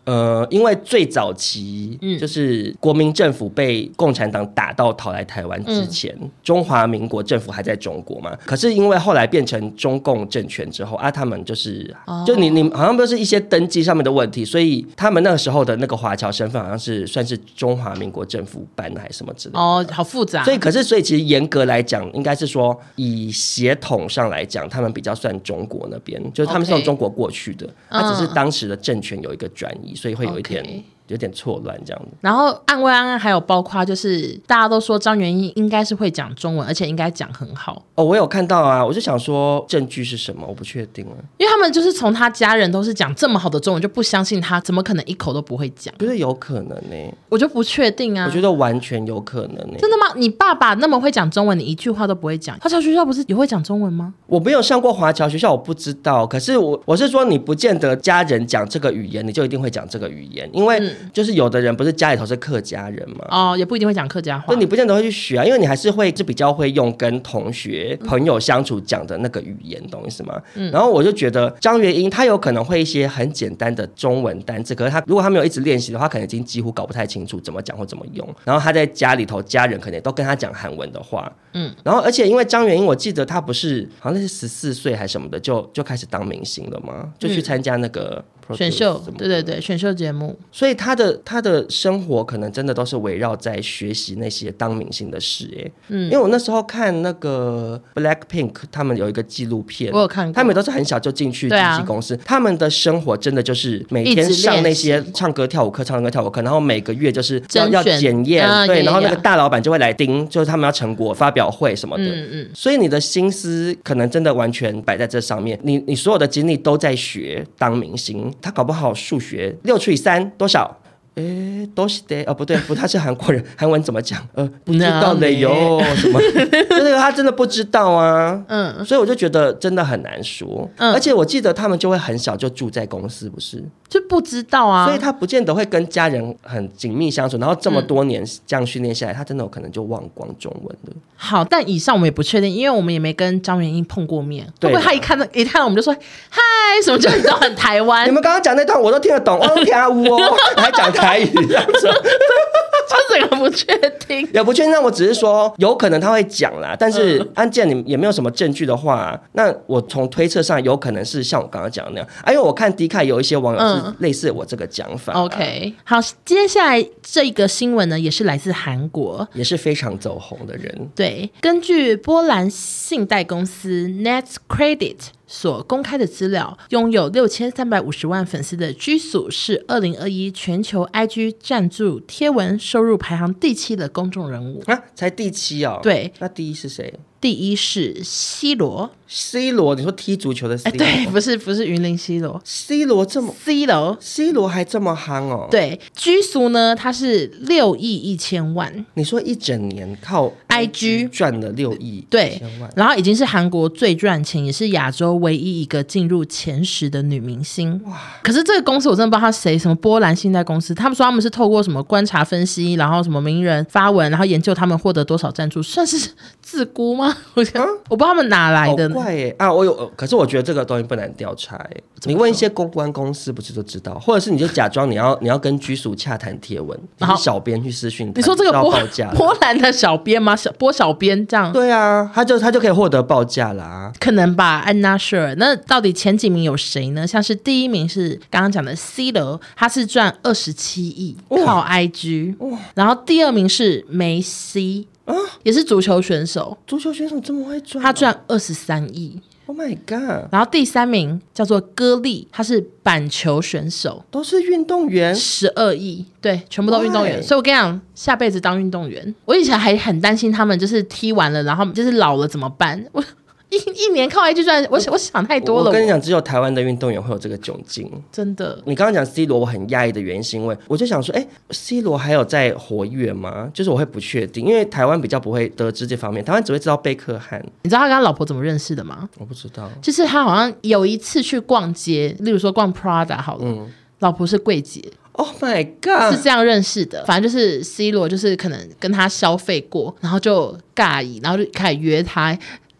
呃，因为最早期、嗯、就是国民政府被共产党打到逃来台湾之前、嗯、中华民国政府还在中国嘛，可是因为后来变成中共政权之后啊，他们就是、哦、就你你好像都是一些登记上面的问题，所以他们那个时候的那个华侨身份好像是算是中华民国政府颁的还是什么之类的哦，好复杂。 所以可是所以其实严格来讲应该是说以血统上来讲他们比较算中国那边，就是他们是从中国过去的，他、okay. 啊、只是当时的政权有一个转移，所以会有一点、okay.有点错乱这样子。 然后案外案还有包括就是大家都说张元英应该是会讲中文，而且应该讲很好哦。我有看到啊，我就想说证据是什么，我不确定了。 因为他们就是从他家人都是讲这么好的中文，就不相信他怎么可能一口都不会讲。 我觉得有可能呢、欸， 我就不确定啊。 我觉得完全有可能呢、欸。 真的吗？你爸爸那么会讲中文，你一句话都不会讲？华侨学校不是也会讲中文吗？ 我没有上过华侨学校，我不知道。可是我我是说，你不见得家人讲这个语言，你就一定会讲这个语言，因为就是有的人不是家里头是客家人嘛， 哦，也不一定会讲客家话， 所以你不见得会去学啊，因为你还是会是比较会用跟同学、嗯、朋友相处讲的那个语言，懂意思吗？嗯，然后我就觉得张元英他有可能会一些很简单的中文单字，可是他如果他没有一直练习的话，可能已经几乎搞不太清楚怎么讲或怎么用。然后他在家里头，家人可能都跟他讲韩文的话，嗯，然后而且因为张元英，我记得他不是好像是十四岁还是什么的，就就开始当明星了嘛，就去参加那个。嗯、 选秀，对对对，选秀节目， 所以他的他的生活可能真的都是围绕在学习那些当明星的事耶。嗯，因为我那时候看那个 Blackpink 他们有一个纪录片， 我有看过， 他们都是很小就进去经纪公司、啊、他们的生活真的就是每天上那些唱歌跳舞课唱歌跳舞课，然后每个月就是要要检验、啊、对，然后那个大老板就会来盯，就是他们要成果发表会什么的。嗯嗯，所以你的心思可能真的完全摆在这上面，你你所有的精力都在学当明星。他搞不好数学六除以三多少？诶，都是的哦，不对，不，他是韩国人，韩文怎么讲？呃，不知道的哟，什么？这个他真的不知道啊。嗯，所以我就觉得真的很难说。嗯，而且我记得他们就会很小就住在公司，不是？ 就不知道啊。 所以他不见得会跟家人很紧密相处，然后这么多年这样训练下来，他真的有可能就忘光中文了。 好，但以上我们也不确定，因为我们也没跟张元英碰过面。会不会他一看到一看到我们就说嗨什么，就你知道很台湾？ 你们刚刚讲那段我都听得懂，我都听得懂哦，还讲台语这样子。 就整个不确定， 也不确定。那我只是说，有可能他会讲啦，但是按既然你也没有什么证据的话，那我从推测上有可能是像我刚刚讲的那样。啊，因为我看 D 卡有一些网友是类似我这个讲法、 嗯。OK， 好，接下来这个新闻呢，也是来自韩国， 也是非常走红的人。 对，根据波兰信贷公司 NetCredit所公开的资料，拥有六千三百五十万粉丝的居宿是二零二一全球 I G 赞助贴文收入排行第七的公众人物啊，才第七哦。 对， 那第一是谁？ 第一是 C 罗。 C 罗，你说踢足球的 C 罗？ 对，不是不是云林 C 罗。 C 罗这么 C 罗 C 罗还这么夯哦？ 对，居宿呢，它是六亿一千万。 你说一整年靠 I G 赚了六亿对，然后已经是韩国最赚钱，也是亚洲唯一一个进入前十的女明星。哇！可是这个公司我真的不知道他谁，什么波兰信贷公司，他们说他们是透过什么观察分析，然后什么名人发文，然后研究他们获得多少赞助，算是自估吗？我觉得、啊、我不知道他们哪来的呢。 好怪耶啊！我有，可是我觉得这个东西不难调查耶。你问一些公关公司不是都知道，或者是你就假装你要你要跟居属洽谈贴文，你是小编去私讯， 你说这个波波兰的小编吗？小波小编这样？ 对啊，他就他就可以获得报价啦。 可能吧 ，I'm not sure。那到底前几名有谁呢？像是第一名是刚刚讲的 C 罗，他是赚二十七亿，靠 I G。然后第二名是梅西。啊、也是足球选手， 足球选手这么会赚、啊， 他赚二十三亿。 Oh my god！ 然后第三名叫做歌利，他是板球选手， 都是运动员， 十二亿，对，全部都运动员。所以我跟你讲，下辈子当运动员。我以前还很担心他们就是踢完了，然后就是老了怎么办？我一一年靠 I G 赚，我我想太多了。 我跟你讲，只有台湾的运动员会有这个窘境， 真的。 你刚刚讲 C 罗，我很讶异的原因是因为我就想说，哎 ，C 罗还有在活跃吗？就是我会不确定，因为台湾比较不会得知这方面，台湾只会知道贝克汉。 你知道他跟他老婆怎么认识的吗？ 我不知道， 就是他好像有一次去逛街，例如说逛 Prada 好了，嗯、老婆是柜姐。 Oh my god！ 是这样认识的，反正就是 C 罗，就是可能跟他消费过，然后就尬意，然后就开始约他。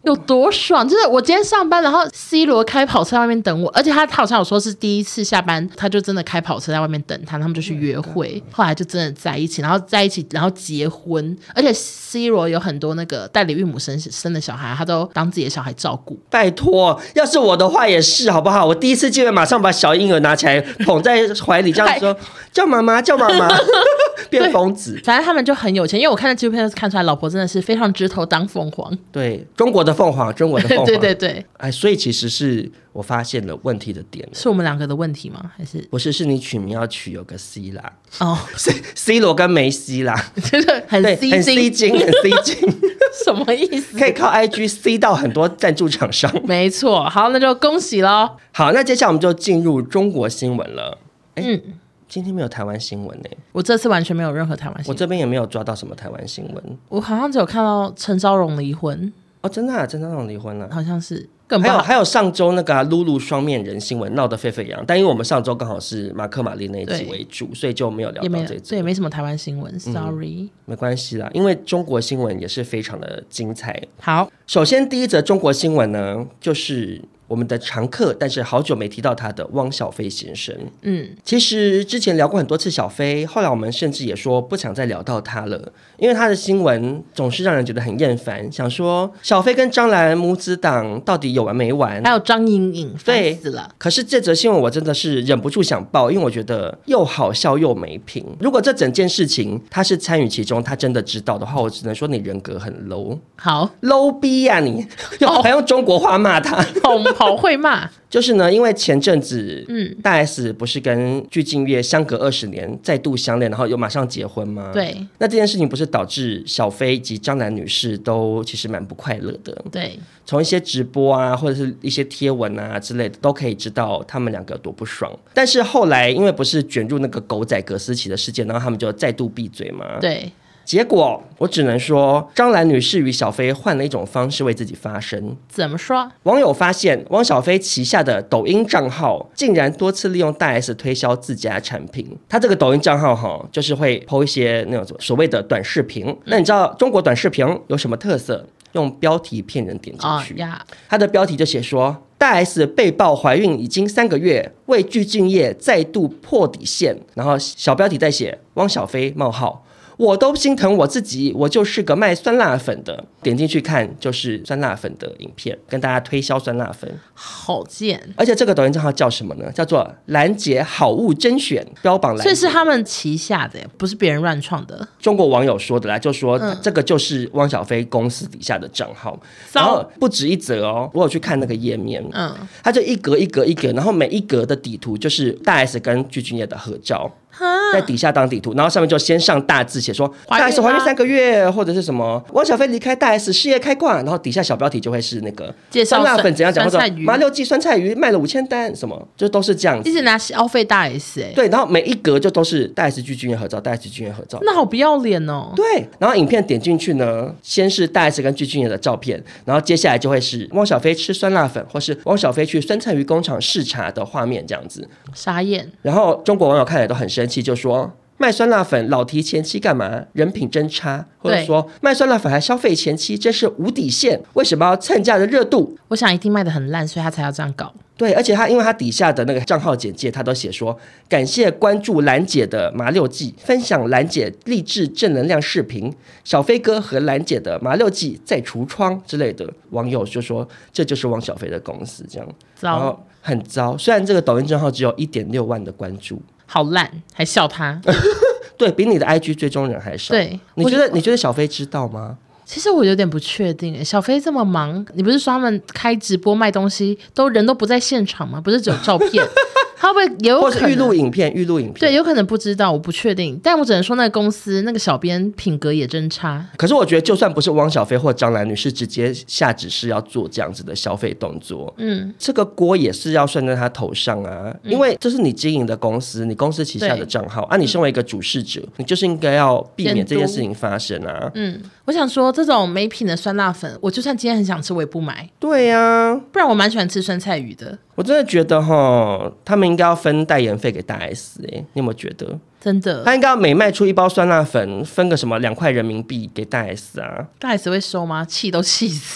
有多爽？就是我今天上班，然后 C 罗开跑车在外面等我，而且他他好像有说是第一次下班，他就真的开跑车在外面等他，他们就去约会，后来就真的在一起，然后在一起，然后结婚，而且 C 罗有很多那个代理孕母生生的小孩，他都当自己的小孩照顾。 拜托，要是我的话也是好不好？我第一次见面马上把小婴儿拿起来捧在怀里，这样说叫妈妈叫妈妈。变疯子， 反正他们就很有钱，因为我看的纪录片看出来，老婆真的是非常枝头当凤凰。 对，中国的凤凰，中国的凤凰， 对对对。 哎，所以其实是我发现了问题的点， 是我们两个的问题吗？还是不是？是你取名要取有个 C 啦， 哦 ，C C 罗跟梅西啦， 就是很 C 很 C 精，很 C 精， 什么意思？ 可以靠 I G C 到很多赞助厂商。 没错，好，那就恭喜咯。 好，那接下来我们就进入中国新闻了。嗯。今天没有台湾新闻呢、欸， 我这次完全没有任何台湾新闻， 我这边也没有抓到什么台湾新闻， 我好像只有看到陈昭荣离婚哦，真的、啊，陈昭荣离婚了， 好像是， 还有还有上周那个、啊、露露双面人新闻闹得沸沸扬，但因为我们上周刚好是马克玛丽那一集为主，所以就没有聊到这集， 对，也没什么台湾新闻 ，sorry，、嗯、 没关系啦，因为中国新闻也是非常的精彩。 好， 首先第一则中国新闻呢，就是我们的常客，但是好久没提到他的汪小菲先生。嗯，其实之前聊过很多次小菲，后来我们甚至也说不想再聊到他了，因为他的新闻总是让人觉得很厌烦，想说小菲跟张兰母子档到底有完没完？ 还有张颖颖， 对， 死了。 可是这则新闻我真的是忍不住想爆，因为我觉得又好笑又没品。如果这整件事情他是参与其中，他真的知道的话，我只能说你人格很 low， 好 low 逼呀、啊、你，用还用中国话骂他。 好会骂， 就是呢，因为前阵子，嗯，大 S 不是跟具俊晔相隔二十年再度相恋，然后又马上结婚吗？ 对， 那这件事情不是导致小菲及张兰女士都其实蛮不快乐的。 对， 从一些直播啊，或者是一些贴文啊之类的，都可以知道他们两个多不爽。但是后来，因为不是卷入那个狗仔葛思琪的事件，然后他们就再度闭嘴嘛。 对。 结果我只能说，张兰女士与小菲换了一种方式为自己发声。 怎么说？ 网友发现汪小菲旗下的抖音账号竟然多次利用大 S 推销自家产品。他这个抖音账号哈，就是会 po 一些那种所谓的短视频。嗯、那你知道中国短视频有什么特色？用标题骗人点进去。哦、他的标题就写说，大 S 被曝怀孕已经三个月，为具俊晔再度破底线。然后小标题再写汪小菲冒号。我都心疼我自己，我就是个卖酸辣粉的。点进去看就是酸辣粉的影片，跟大家推销酸辣粉， 好贱。而且这个抖音账号叫什么呢？叫做兰姐好物甄选，标榜兰姐， 所以是他们旗下的，不是别人乱创的。 中国网友说的啦，就说、嗯、这个就是汪小菲公司底下的账号，然后不止一则哦，我有去看那个页面，嗯，它就一格一格一格，然后每一格的底图就是大 S 跟具俊晔的合照。在底下当底图，然后上面就先上大字写说大 S 怀孕三个月，或者是什么汪小菲离开大 S 事业开挂，然后底下小标题就会是那个介绍酸辣粉怎样讲，或者麻六记酸菜鱼卖了五千单，什么就都是这样子， 一直拿消费大 S 哎、欸， 对，然后每一格就都是大 S 具俊晔合照，大 S 具俊晔合照， 那好不要脸哦。 对，然后影片点进去呢，先是大 S 跟具俊晔的照片，然后接下来就会是汪小菲吃酸辣粉，或是汪小菲去酸菜鱼工厂视察的画面这样子， 傻眼。 然后中国网友看来都很生气，就说。卖酸辣粉老提前妻干嘛？人品真差，或者说卖酸辣粉还消费前妻，真是无底线。为什么要蹭价的热度？ 我想一定卖得很烂，所以他才要这样搞。 对，而且他因为他底下的那个账号简介，他都写说感谢关注兰姐的麻六记，分享兰姐励志正能量视频，小飞哥和兰姐的麻六记在橱窗之类的。网友就说这就是汪小菲的公司，这样，然后很糟。虽然这个抖音账号只有一点六万的关注。好烂，还笑他， 对比你的 I G 追踪人还少。对，你觉得你觉得小菲知道吗？ 其实我有点不确定，小菲这么忙，你不是说他们开直播卖东西都人都不在现场吗？不是只有照片。他会不会也有可能， 或是预录影片，预录影片， 对，有可能不知道，我不确定，但我只能说那个公司那个小编品格也真差。 可是我觉得，就算不是汪小菲或张兰女士直接下指示要做这样子的消费动作，嗯，这个锅也是要算在他头上啊，嗯、因为这是你经营的公司，你公司旗下的账号啊，你身为一个主事者，你就是应该要避免这件事情发生啊。 嗯，我想说，这种没品的酸辣粉，我就算今天很想吃，我也不买。 对呀、啊， 不然我蛮喜欢吃酸菜鱼的。 我真的觉得齁，他们应该要分代言费给大 S 哎、欸，你有没有觉得？ 真的， 他应该要每卖出一包酸辣粉，分个什么两块人民币给大 S 啊？ 大 S 会收吗？气都气死。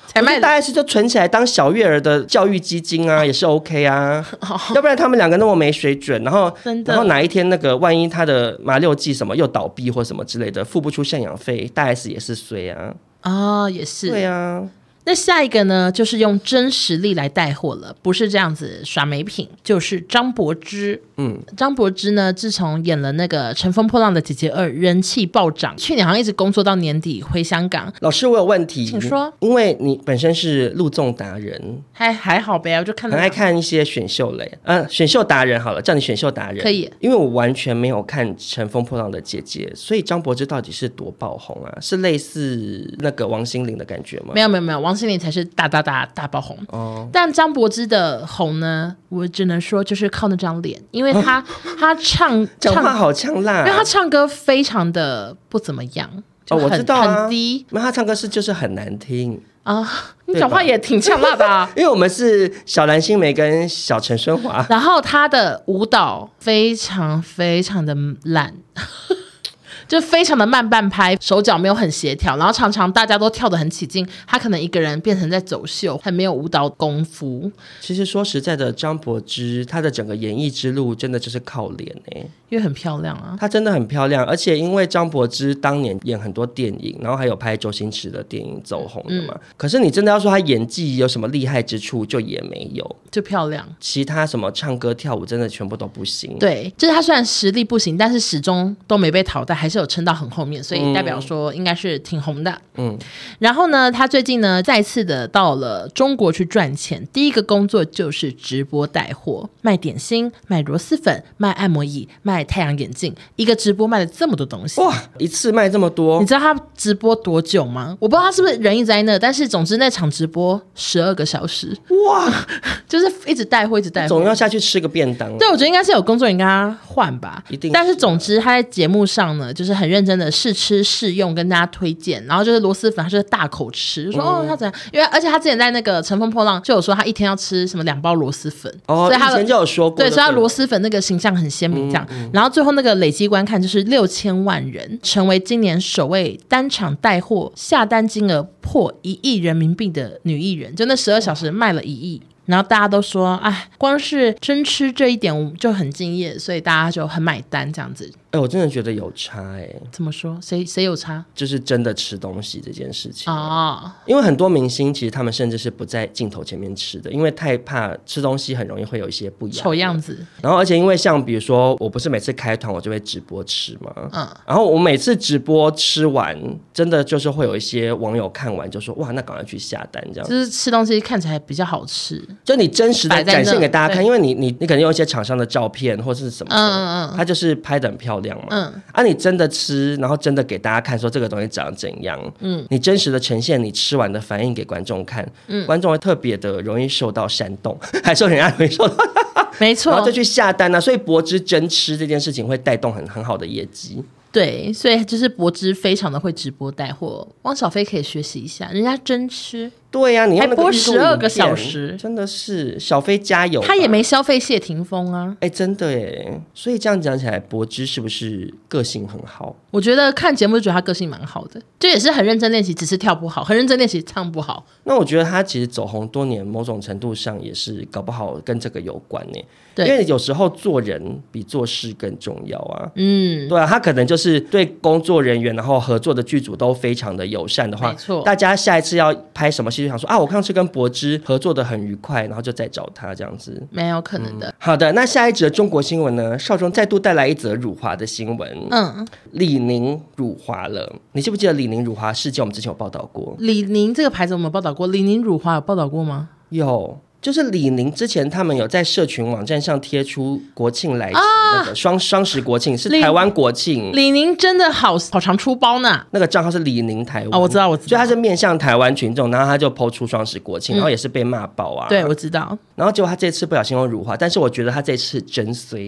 才卖的， 大 S 就存起来当小月儿的教育基金啊，也是 OK 啊。哦、要不然他们两个那么没水准，然后然后哪一天那个万一他的麻六记什么又倒闭或什么之类的，付不出赡养费，大 S 也是衰啊。 哦，也是。 对啊。 那下一个呢，就是用真实力来带货了，不是这样子耍美品，就是张柏芝。嗯，张柏芝呢，自从演了那个《乘风破浪的姐姐二》，人气暴涨，去年好像一直工作到年底回香港。 老师，我有问题， 请说。 因为你本身是陆纵达人， 还还好呗，我就看很爱看一些选秀类，嗯、呃，选秀达人好了，叫你选秀达人可以。 因为我完全没有看《乘风破浪的姐姐》，所以张柏芝到底是多爆红啊？是类似那个王心凌的感觉吗？ 没有没有没有，王心凌才是大大大大爆红。哦，但张柏芝的红呢，我只能说就是靠那张脸，因为她她唱讲话好呛辣、啊， 因为她唱歌非常的不怎么样。 哦，我知道啊， 很低。 那他唱歌是就是很难听啊，你讲话也挺呛辣的啊。 因为我们是小蓝心湄跟小陈春华， 然后他的舞蹈非常非常的烂。就非常的慢半拍，手脚没有很协调，然后常常大家都跳得很起劲，他可能一个人变成在走秀，很没有舞蹈功夫。 其实说实在的，张柏芝她的整个演艺之路真的就是靠脸哎、欸， 因为很漂亮啊， 她真的很漂亮，而且因为张柏芝当年演很多电影，然后还有拍周星驰的电影走红的嘛、嗯。可是你真的要说她演技有什么厉害之处，就也没有， 就漂亮。 其他什么唱歌跳舞真的全部都不行。 对，就是她虽然实力不行，但是始终都没被淘汰，还是有撑到很后面，所以代表说应该是挺红的。嗯，然后呢，他最近呢再次的到了中国去赚钱，第一个工作就是直播带货，卖点心、卖螺蛳粉、卖按摩椅、卖太阳眼镜，一个直播卖了这么多东西。 哇，一次卖这么多！ 你知道他直播多久吗？我不知道他是不是人一直在那，但是总之那场直播十二个小时。哇，就是一直带货，一直带货， 总要下去吃个便当。 对，我觉得应该是有工作人员跟他换吧， 一定是。 但是总之他在节目上呢，就是很认真的试吃试用，跟大家推荐。然后就是螺蛳粉，他就是大口吃，就说、嗯、哦他怎样？因为而且他之前在那个《乘风破浪》就有说他一天要吃什么两包螺蛳粉。 哦， 所以他以前就有说过。 对，所以他螺蛳粉那个形象很鲜明，这样、嗯嗯。然后最后那个累积观看就是六千万人，成为今年首位单场带货下单金额破一亿人民币的女艺人，就那十二小时卖了一亿。然后大家都说，哎，光是真吃这一点就很敬业，所以大家就很买单这样子。 哎、欸，我真的觉得有差哎、欸。 怎么说？谁谁有差？ 就是真的吃东西这件事情哦。 因为很多明星其实他们甚至是不在镜头前面吃的，因为太怕吃东西很容易会有一些不一样丑样子。 然后而且因为像比如说，我不是每次开团我就会直播吃嘛，嗯，然后我每次直播吃完，真的就是会有一些网友看完就说，哇，那赶快去下单这样。 就是吃东西看起来比较好吃， 就你真实的展现给大家看，因为你你你可能用一些厂商的照片或是什么，嗯嗯嗯，他就是拍得很漂亮。嘛嗯，啊，你真的吃，然后真的给大家看，说这个东西长怎样，嗯，你真实的呈现你吃完的反应给观众看，嗯，观众会特别的容易受到煽动，还说人家容易受到， 没错， 然后就去下单啊，所以柏芝真吃这件事情会带动很很好的业绩。 对，所以就是柏芝非常的会直播带货，汪小菲可以学习一下，人家真吃。 对呀、啊，你还播十二个小时， 真的是小飞加油！ 他也没消费谢霆锋啊， 哎、欸，真的耶。所以这样讲起来，柏芝是不是个性很好？ 我觉得看节目就觉得他个性蛮好的，就也是很认真练习，只是跳不好，很认真练习唱不好。 那我觉得他其实走红多年，某种程度上也是搞不好跟这个有关呢。对，因为有时候做人比做事更重要啊。嗯，对啊，他可能就是对工作人员，然后合作的剧组都非常的友善的话， 没错， 大家下一次要拍什么戏就想说啊，我上次跟柏芝合作的很愉快，然后就再找他这样子， 没有可能的。嗯、 好的，那下一则中国新闻呢？少中再度带来一则辱华的新闻。嗯，李宁辱华了。你记不记得李宁辱华事件？我们之前有报道过。 李宁这个牌子我们有报道过，李宁辱华有报道过吗？ 有。就是李宁之前他们有在社群网站上贴出国庆来袭、啊、那个双双十国庆是台湾国庆， 李宁真的好好常出包呢。 那个账号是李宁台湾、 哦、我知道我知道， 所以他是面向台湾群众，然后他就 po 出双十国庆、嗯、然后也是被骂爆啊。 对，我知道。 然后结果他这次不小心用辱华，但是我觉得他这次真衰。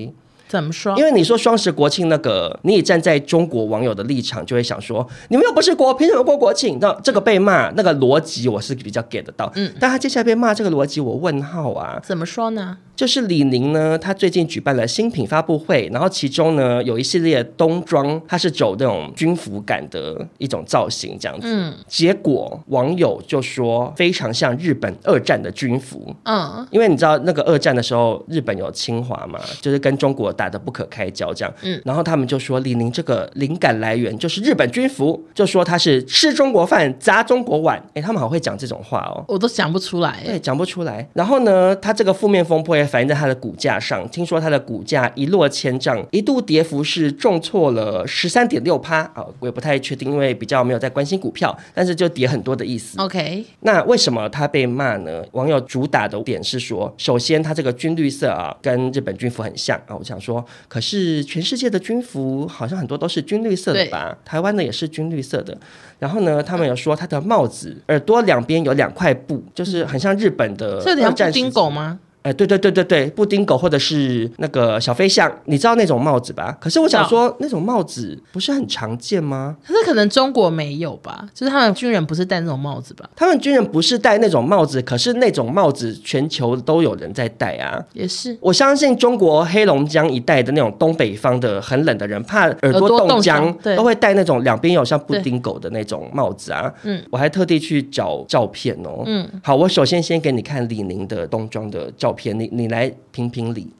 怎么说？ 因为你说双十国庆那个，你也站在中国网友的立场，就会想说，你们又不是国，凭什么过国庆？那这个被骂，那个逻辑我是比较 get 得到。嗯，但他接下来被骂这个逻辑，我问号啊？ 怎么说呢？ 就是李宁呢，他最近举办了新品发布会，然后其中呢有一系列冬装，它是走那种军服感的一种造型这样子。嗯，结果网友就说非常像日本二战的军服。嗯，因为你知道那个二战的时候，日本有侵华嘛，就是跟中国打得不可开交这样。嗯，然后他们就说李宁这个灵感来源就是日本军服，就说他是吃中国饭砸中国碗。哎，他们好会讲这种话哦， 我都讲不出来。 对，讲不出来。然后呢，他这个负面风波也反映在它的股价上，听说它的股价一落千丈，一度跌幅是重挫了 十三点六趴、哦、我也不太确定，因为比较没有在关心股票，但是就跌很多的意思。 OK， 那为什么它被骂呢？网友主打的点是说，首先它这个军绿色啊跟日本军服很像啊，我想说可是全世界的军服好像很多都是军绿色的吧，台湾的也是军绿色的。然后呢，他们有说它的帽子耳朵两边有两块布，就是很像日本的， 这有点像布丁狗吗？ 哎，对对对对对，布丁狗或者是那个小飞象，你知道那种帽子吧？可是我想说，那种帽子不是很常见吗？ 可是可能中国没有吧，就是他们军人不是戴那种帽子吧？ 他们军人不是戴那种帽子，可是那种帽子全球都有人在戴啊。 也是， 我相信中国黑龙江一带的那种东北方的很冷的人，怕耳朵冻僵，都会戴那种两边有像布丁狗的那种帽子啊。嗯，我还特地去找照片哦。嗯，好，我首先先给你看李宁的冬装的照片。你, 你来评评理，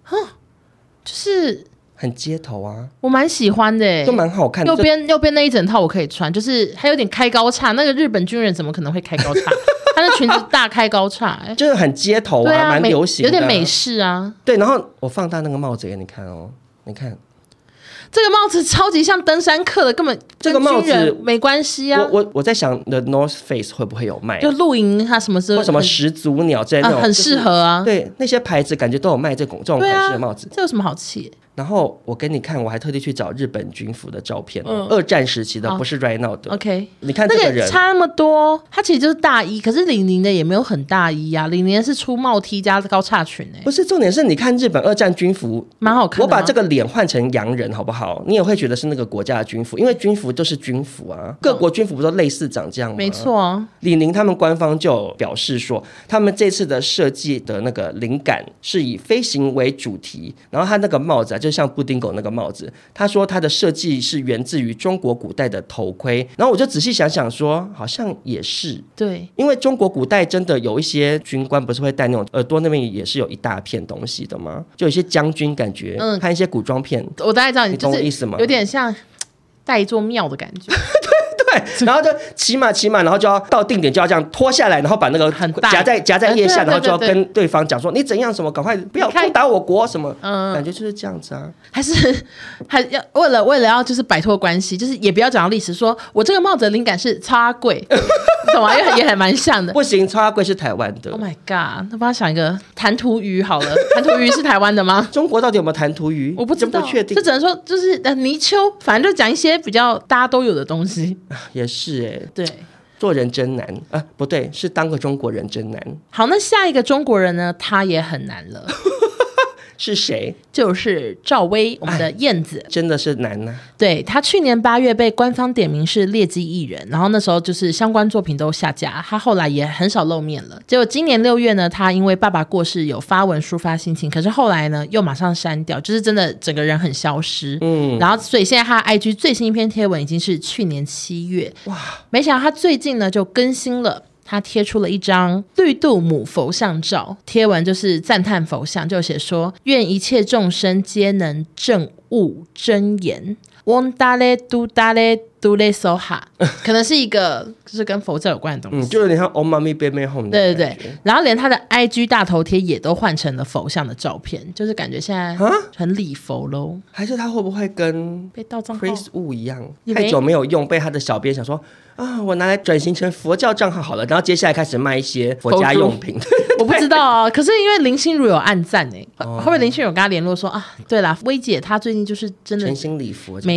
就是很街头啊， 我蛮喜欢的， 就蛮好看的。 右边右边那一整套我可以穿，就是还有点开高叉。那个日本军人怎么可能会开高叉？他的裙子大开高叉、欸， 就是很街头啊，蛮、啊、流行的、啊， 有点美式啊。 对，然后我放大那个帽子给你看哦，你看。 这个帽子超级像登山客的，根本这个帽子没关系啊。 我我我在想 ，The North Face 会不会有卖、啊？ 就露营，它什么时候？ 或什么始祖鸟之类的那种、 啊，很适合啊、 就是。对，那些牌子感觉都有卖这种这种款式的帽子。 啊、这有什么好气？ 然后我给你看，我还特地去找日本军服的照片、嗯、二战时期的，不是 right now 的。 OK， 你看这个人、那个、差那么多，他其实就是大衣，可是李宁的也没有很大衣啊，李宁是出帽 T 加高叉裙哎、欸。 不是，重点是你看日本二战军服蛮好看的、啊。 我把这个脸换成洋人好不好？你也会觉得是那个国家的军服，因为军服就是军服啊，各国军服不都类似长这样吗？ 没错啊。 李宁他们官方就表示说，他们这次的设计的那个灵感是以飞行为主题，然后他那个帽子啊，就像布丁狗那个帽子，他说他的设计是源自于中国古代的头盔，然后我就仔细想想说，好像也是对， 因为中国古代真的有一些军官不是会戴那种耳朵那边也是有一大片东西的吗？就有一些将军感觉，嗯，看一些古装片， 我大概知道你懂我意思吗？ 有点像带一座庙的感觉。 对，然后就骑马骑马，然后就要到定点就要这样脱下来，然后把那个夹在夹在腋下，然后就要跟对方讲说你怎样什么，赶快不要攻打我国什么，嗯，感觉就是这样子啊。 还是还要为了为了要就是摆脱关系，就是也不要讲到历史，说我这个帽子的灵感是超阿贵，你懂吗？因为也还蛮像的。 不行，超阿贵是台湾的。 Oh my god， 那帮他想一个弹涂鱼好了，弹涂鱼是台湾的吗？ 中国到底有没有弹涂鱼？ 我不知道， 不确定。 就只能说就是呃泥鳅，反正就讲一些比较大家都有的东西。 也是哎、欸， 对， 做人真难啊！不对，是当个中国人真难。 好，那下一个中国人呢，他也很难了。 是谁？ 就是赵薇，我们的燕子， 真的是难啊。 对，他去年八月被官方点名是劣迹艺人，然后那时候就是相关作品都下架，他后来也很少露面了。结果今年六月呢，他因为爸爸过世有发文抒发心情，可是后来呢又马上删掉，就是真的整个人很消失。嗯，然后所以现在他的 I G 最新一篇贴文已经是去年七月，哇，没想到他最近呢就更新了。他贴出了一张绿度母佛像照，贴文就是赞叹佛像，就写说愿一切众生皆能证悟真言，嗡达嘞嘟达嘞嘟嘞梭哈，可能是一个就是跟佛教有关的东西， 嗯，就有点像 Om Mani Padme Hum 的对对对，然后连他的 I G 大头贴也都换成了佛像的照片，就是感觉现在很礼佛咯。 还是他会不会跟被盗账号 Chris Wu 一样，太久没有用，被他的小编想说啊，我拿来转型成佛教账号好了，然后接下来开始卖一些佛家用品。 我不知道啊，可是因为林心如有暗赞哎、欸，哦、会不会林心如有跟他联络说啊？对啦，薇姐她最近就是真的诚心礼佛， 没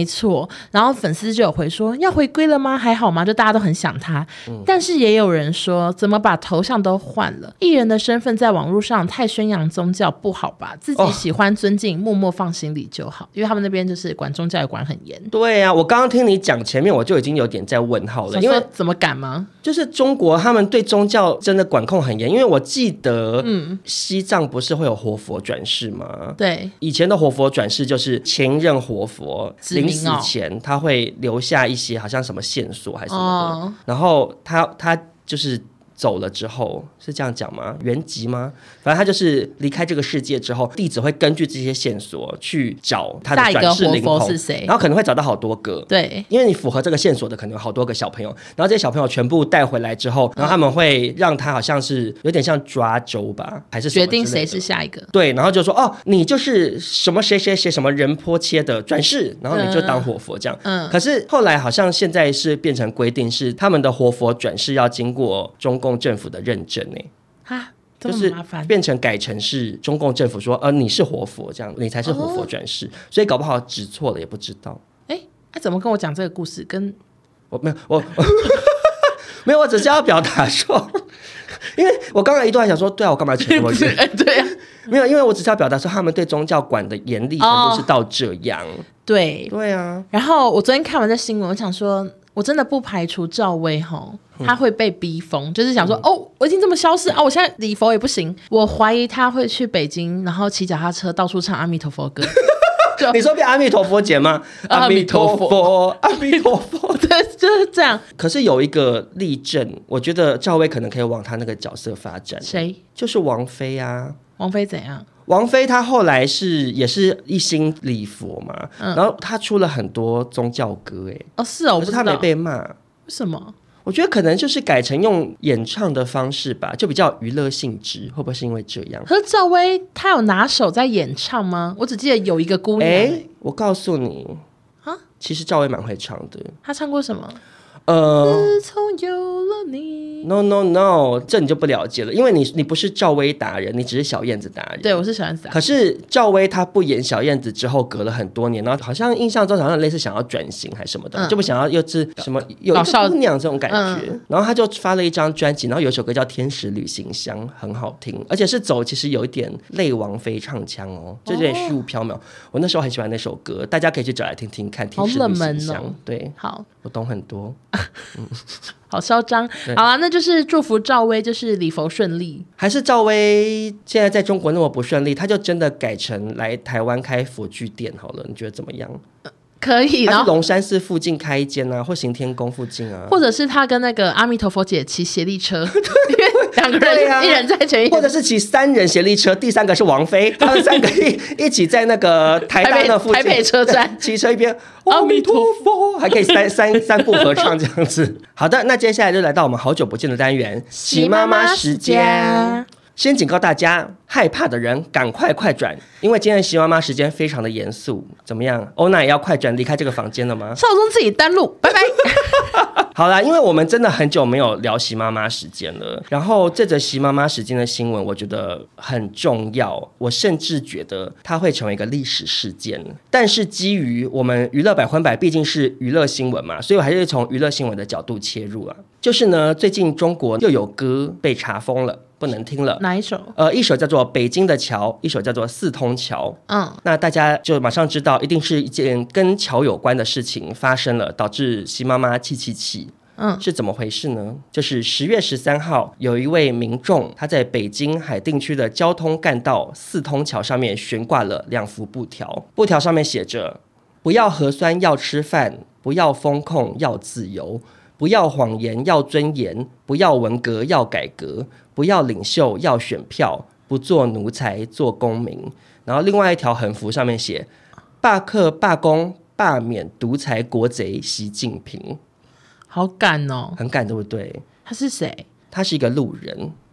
没错。然后粉丝就有回说要回归了吗？还好吗？就大家都很想他、嗯、但是也有人说怎么把头像都换了，艺人的身份在网络上太宣扬宗教不好吧，自己喜欢尊敬、哦、默默放心里就好，因为他们那边就是管宗教也管很严。 对啊，我刚刚听你讲前面我就已经有点在问号了，因为怎么敢吗？ 就是中国他们对宗教真的管控很严，因为我记得西藏不是会有活佛转世吗？ 对， 以前的活佛转世就是前任活佛临死前他会留下一些好像什么线索还是什么的、哦、然后他他就是走了之后，是这样讲吗？原籍吗？反正他就是离开这个世界之后，弟子会根据这些线索去找他的转世灵童是谁，然后可能会找到好多个。 对， 因为你符合这个线索的可能有好多个小朋友，然后这些小朋友全部带回来之后，然后他们会让他好像是有点像抓周吧，还是什么决定谁是下一个。 对，然后就说哦，你就是什么谁谁谁什么仁波切的转世，然后你就当活佛这样。嗯。可是后来好像现在是变成规定，是他们的活佛转世要经过中共政府的认证呢。 哈， 就是变成改成是中共政府说，呃，你是活佛这样，你才是活佛转世、哦，所以搞不好指错了也不知道。 哎，他怎么跟我讲这个故事？跟我没有，我没有，我只是要表达说，因为我刚才一度还想说，对啊，我干嘛承诺？ 对啊， 没有，因为我只是要表达说，他们对宗教管的严厉程度是到这样。哦、 对， 对啊。 然后我昨天看完这新闻，我想说。我真的不排除赵薇吼他会被逼疯、嗯、就是想说、嗯、哦我已经这么消失啊，我现在礼佛也不行，我怀疑他会去北京然后骑脚踏车到处唱阿弥陀佛歌你说变阿弥陀佛节吗？阿弥陀佛阿弥陀佛对，就是这样。 可是有一个例证，我觉得赵薇可能可以往他那个角色发展。 谁？ 就是王菲啊。 王菲怎样？ 王菲她后来是也是一心礼佛嘛、嗯、然后她出了很多宗教歌哎。 哦是哦， 可是她没被骂。 为什么？ 我觉得可能就是改成用演唱的方式吧，就比较娱乐性质，会不会是因为这样？ 可是赵薇她有拿手在演唱吗？我只记得有一个姑娘、欸欸、我告诉你啊，其实赵薇蛮会唱的。 她唱过什么？ 呃， 自从有了你 No no no 这你就不了解了，因为你你不是赵薇达人，你只是小燕子达人。 对，我是小燕子达人。 可是赵薇她不演小燕子之后隔了很多年，然后好像印象中好像类似想要转型还是什么的、嗯、就不想要又是什么有一个姑娘这种感觉、嗯、然后她就发了一张专辑，然后有一首歌叫天使旅行箱，很好听，而且是走其实有一点类王菲唱腔哦，就有点虚无缥缈、哦、我那时候很喜欢那首歌，大家可以去找来听听看。天使旅行箱、哦、对， 好， 我懂很多嗯好嚣张。好啦，那就是祝福赵薇就是礼佛顺利。 还是赵薇现在在中国那么不顺利，她就真的改成来台湾开佛具店好了，你觉得怎么样？ 呃可以， 然后龙山寺附近开一间啊，或行天宫附近啊， 或者是他跟那个阿弥陀佛姐骑协力车两个人、啊、一人在前， 或者是骑三人协力车，第三个是王菲，他们三个 一, 一起在那个台大那附近台 北, 台北车站骑车一边阿弥陀佛，还可以三三三部合唱这样子。好的，那接下来就来到我们好久不见的单元习妈妈时间。先警告大家，害怕的人赶快快转，因为今天的习妈妈时间非常的严肃。怎么样，欧娜也要快转离开这个房间了吗？ 少宗自己单录，拜拜好啦，因为我们真的很久没有聊习妈妈时间了，然后这则习妈妈时间的新闻我觉得很重要，我甚至觉得它会成为一个历史事件。但是基于我们娱乐百分百毕竟是娱乐新闻嘛，所以我还是从娱乐新闻的角度切入啊。就是呢，最近中国又有歌被查封了，不能听了。 哪一首？ 呃，一首叫做《北京的桥》，一首叫做《四通桥》。嗯，那大家就马上知道，一定是一件跟桥有关的事情发生了，导致习妈妈气气气。嗯，是怎么回事呢？就是十月十三号，有一位民众他在北京海淀区的交通干道四通桥上面悬挂了两幅布条，布条上面写着：不要核酸要吃饭，不要风控要自由，不要谎言要尊严，不要文革要改革，不要领袖要选票，不做奴才做公民。然后另外一条横幅上面写：罢课罢工罢免独裁国贼习近平。 好赶哦， 很赶对不对？ 他是谁？ 他是一个路人。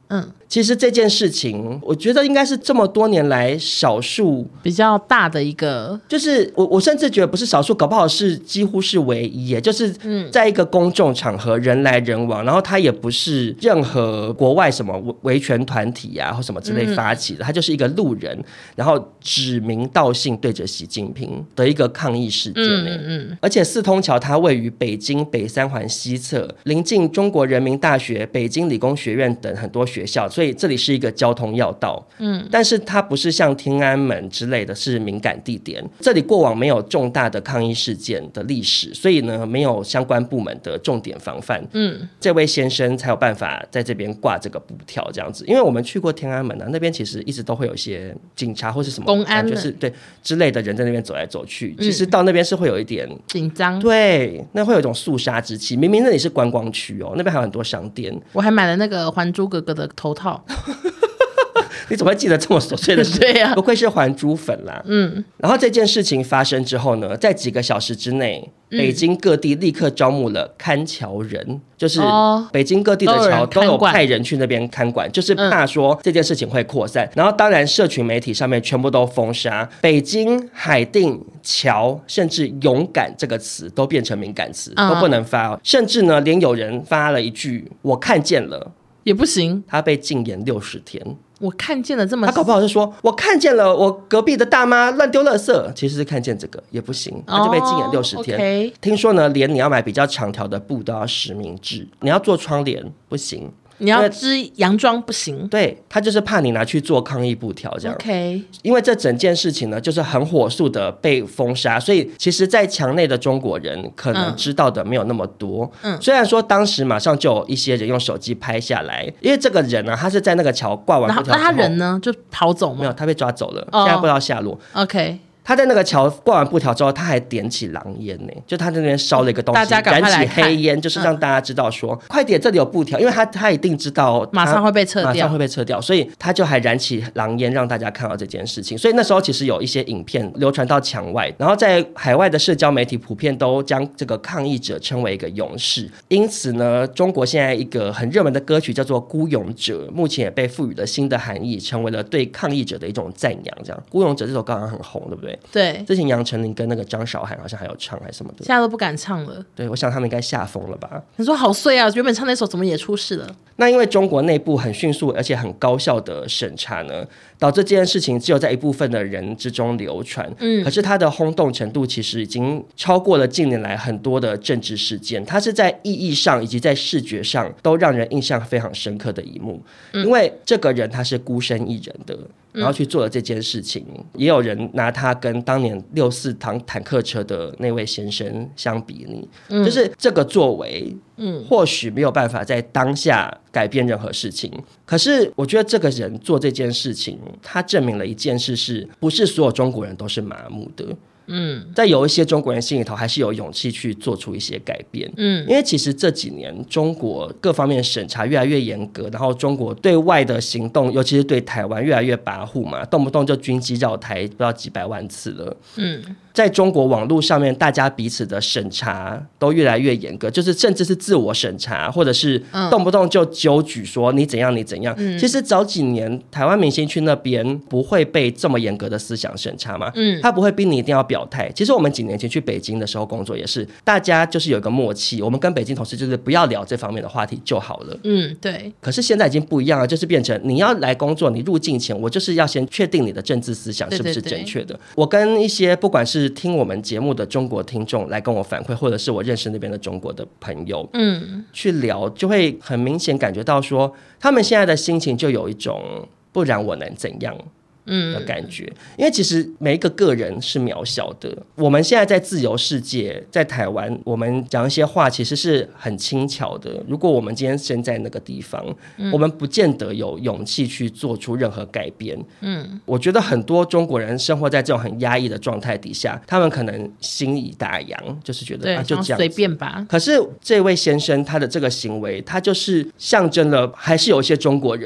嗯， 其实这件事情我觉得应该是这么多年来少数比较大的一个， 就是我我甚至觉得不是少数，搞不好是几乎是唯一耶，就是在一个公众场合人来人往，然后他也不是任何国外什么维权团体啊或什么之类发起的，他就是一个路人，然后指名道姓对着习近平的一个抗议事件。嗯嗯嗯，而且四通桥它位于北京北三环西侧，临近中国人民大学、北京理工学院等很多学校，所以这里是一个交通要道。嗯，但是它不是像天安门之类的是敏感地点，这里过往没有重大的抗议事件的历史，所以呢没有相关部门的重点防范。嗯，这位先生才有办法在这边挂这个布条这样子。因为我们去过天安门啊，那边其实一直都会有一些警察或是什么公安就是对之类的人在那边走来走去，其实到那边是会有一点紧张， 对，那会有一种肃杀之气。明明那里是观光区哦，那边还有很多商店。 我还买了那个《还珠格格》的头套。 你怎么会记得这么琐碎的事？ 对呀、啊， 不愧是还珠粉啦。嗯，然后这件事情发生之后呢，在几个小时之内，嗯、北京各地立刻招募了看桥人，就是北京各地的桥都有派人去那边看管，就是怕说这件事情会扩散。嗯、然后当然，社群媒体上面全部都封杀，北京、海淀、桥，甚至勇敢这个词都变成敏感词，嗯、都不能发。甚至呢，连有人发了一句“我看见了” 也不行， 他被禁言六十天。 我看见了这么， 他搞不好是说我看见了我隔壁的大妈乱丢垃圾，其实是看见这个也不行，他就被禁言六十天。 Okay. 听说呢，连你要买比较长条的布都要实名制，你要做窗帘不行， 你要织洋装不行， 对，他就是怕你拿去做抗议布条这样。 OK， 因为这整件事情呢，就是很火速的被封杀，所以其实，在墙内的中国人可能知道的没有那么多。嗯，虽然说当时马上就有一些人用手机拍下来，因为这个人呢、啊，他是在那个桥挂完布条之后， 那他人呢就跑走吗？ 没有，他被抓走了，哦、现在不知道下落。 OK。 他在那个桥挂完布条之后，他还点起狼烟呢，就他在那边烧了一个东西，燃起黑烟，就是让大家知道说，嗯、快点，这里有布条，因为他他一定知道马上会被撤掉， 马上会被撤掉，所以他就还燃起狼烟，让大家看到这件事情。所以那时候其实有一些影片流传到墙外，然后在海外的社交媒体普遍都将这个抗议者称为一个勇士。因此呢，中国现在一个很热门的歌曲叫做《孤勇者》，目前也被赋予了新的含义，成为了对抗议者的一种赞扬。这样，《孤勇者》这首歌好像很红，对不对？ 对， 之前杨丞琳跟那个张韶涵好像还有唱还是什么的， 现在都不敢唱了。 对，我想他们应该吓疯了吧。 你说好碎啊，原本唱那首怎么也出事了？ 那因为中国内部很迅速而且很高效的审查呢，导致这件事情只有在一部分的人之中流传。嗯，可是它的轰动程度其实已经超过了近年来很多的政治事件，它是在意义上以及在视觉上都让人印象非常深刻的一幕。嗯、因为这个人他是孤身一人的，然后去做了这件事情，嗯、也有人拿他跟当年六四堂坦克车的那位先生相比拟，嗯、就是这个作为。嗯，或许没有办法在当下改变任何事情，可是我觉得这个人做这件事情，他证明了一件事，是不是所有中国人都是麻木的？嗯，在有一些中国人心里头还是有勇气去做出一些改变。嗯，因为其实这几年中国各方面审查越来越严格，然后中国对外的行动，尤其是对台湾越来越跋扈嘛，动不动就军机绕台不知道几百万次了。嗯，在中国网络上面，大家彼此的审查都越来越严格，就是甚至是自我审查，或者是动不动就纠举说你怎样你怎样。嗯、其实早几年台湾明星区那边不会被这么严格的思想审查嘛，嗯，他不会逼你一定要表态。其实我们几年前去北京的时候工作也是，大家就是有一个默契，我们跟北京同事就是不要聊这方面的话题就好了。嗯，对。可是现在已经不一样了，就是变成你要来工作，你入境前我就是要先确定你的政治思想是不是正确的。对对对，我跟一些不管是听我们节目的中国听众来跟我反馈，或者是我认识那边的中国的朋友，嗯，去聊，就会很明显感觉到说，他们现在的心情就有一种不然我能怎样的感觉。嗯、因为其实每一个个人是渺小的，我们现在在自由世界，在台湾，我们讲一些话其实是很轻巧的。如果我们今天身在那个地方，嗯、我们不见得有勇气去做出任何改变。嗯，我觉得很多中国人生活在这种很压抑的状态底下，他们可能心已打烊，就是觉得对、 啊、就这样随便吧。 可是这位先生他的这个行为，他就是象征了还是有一些中国人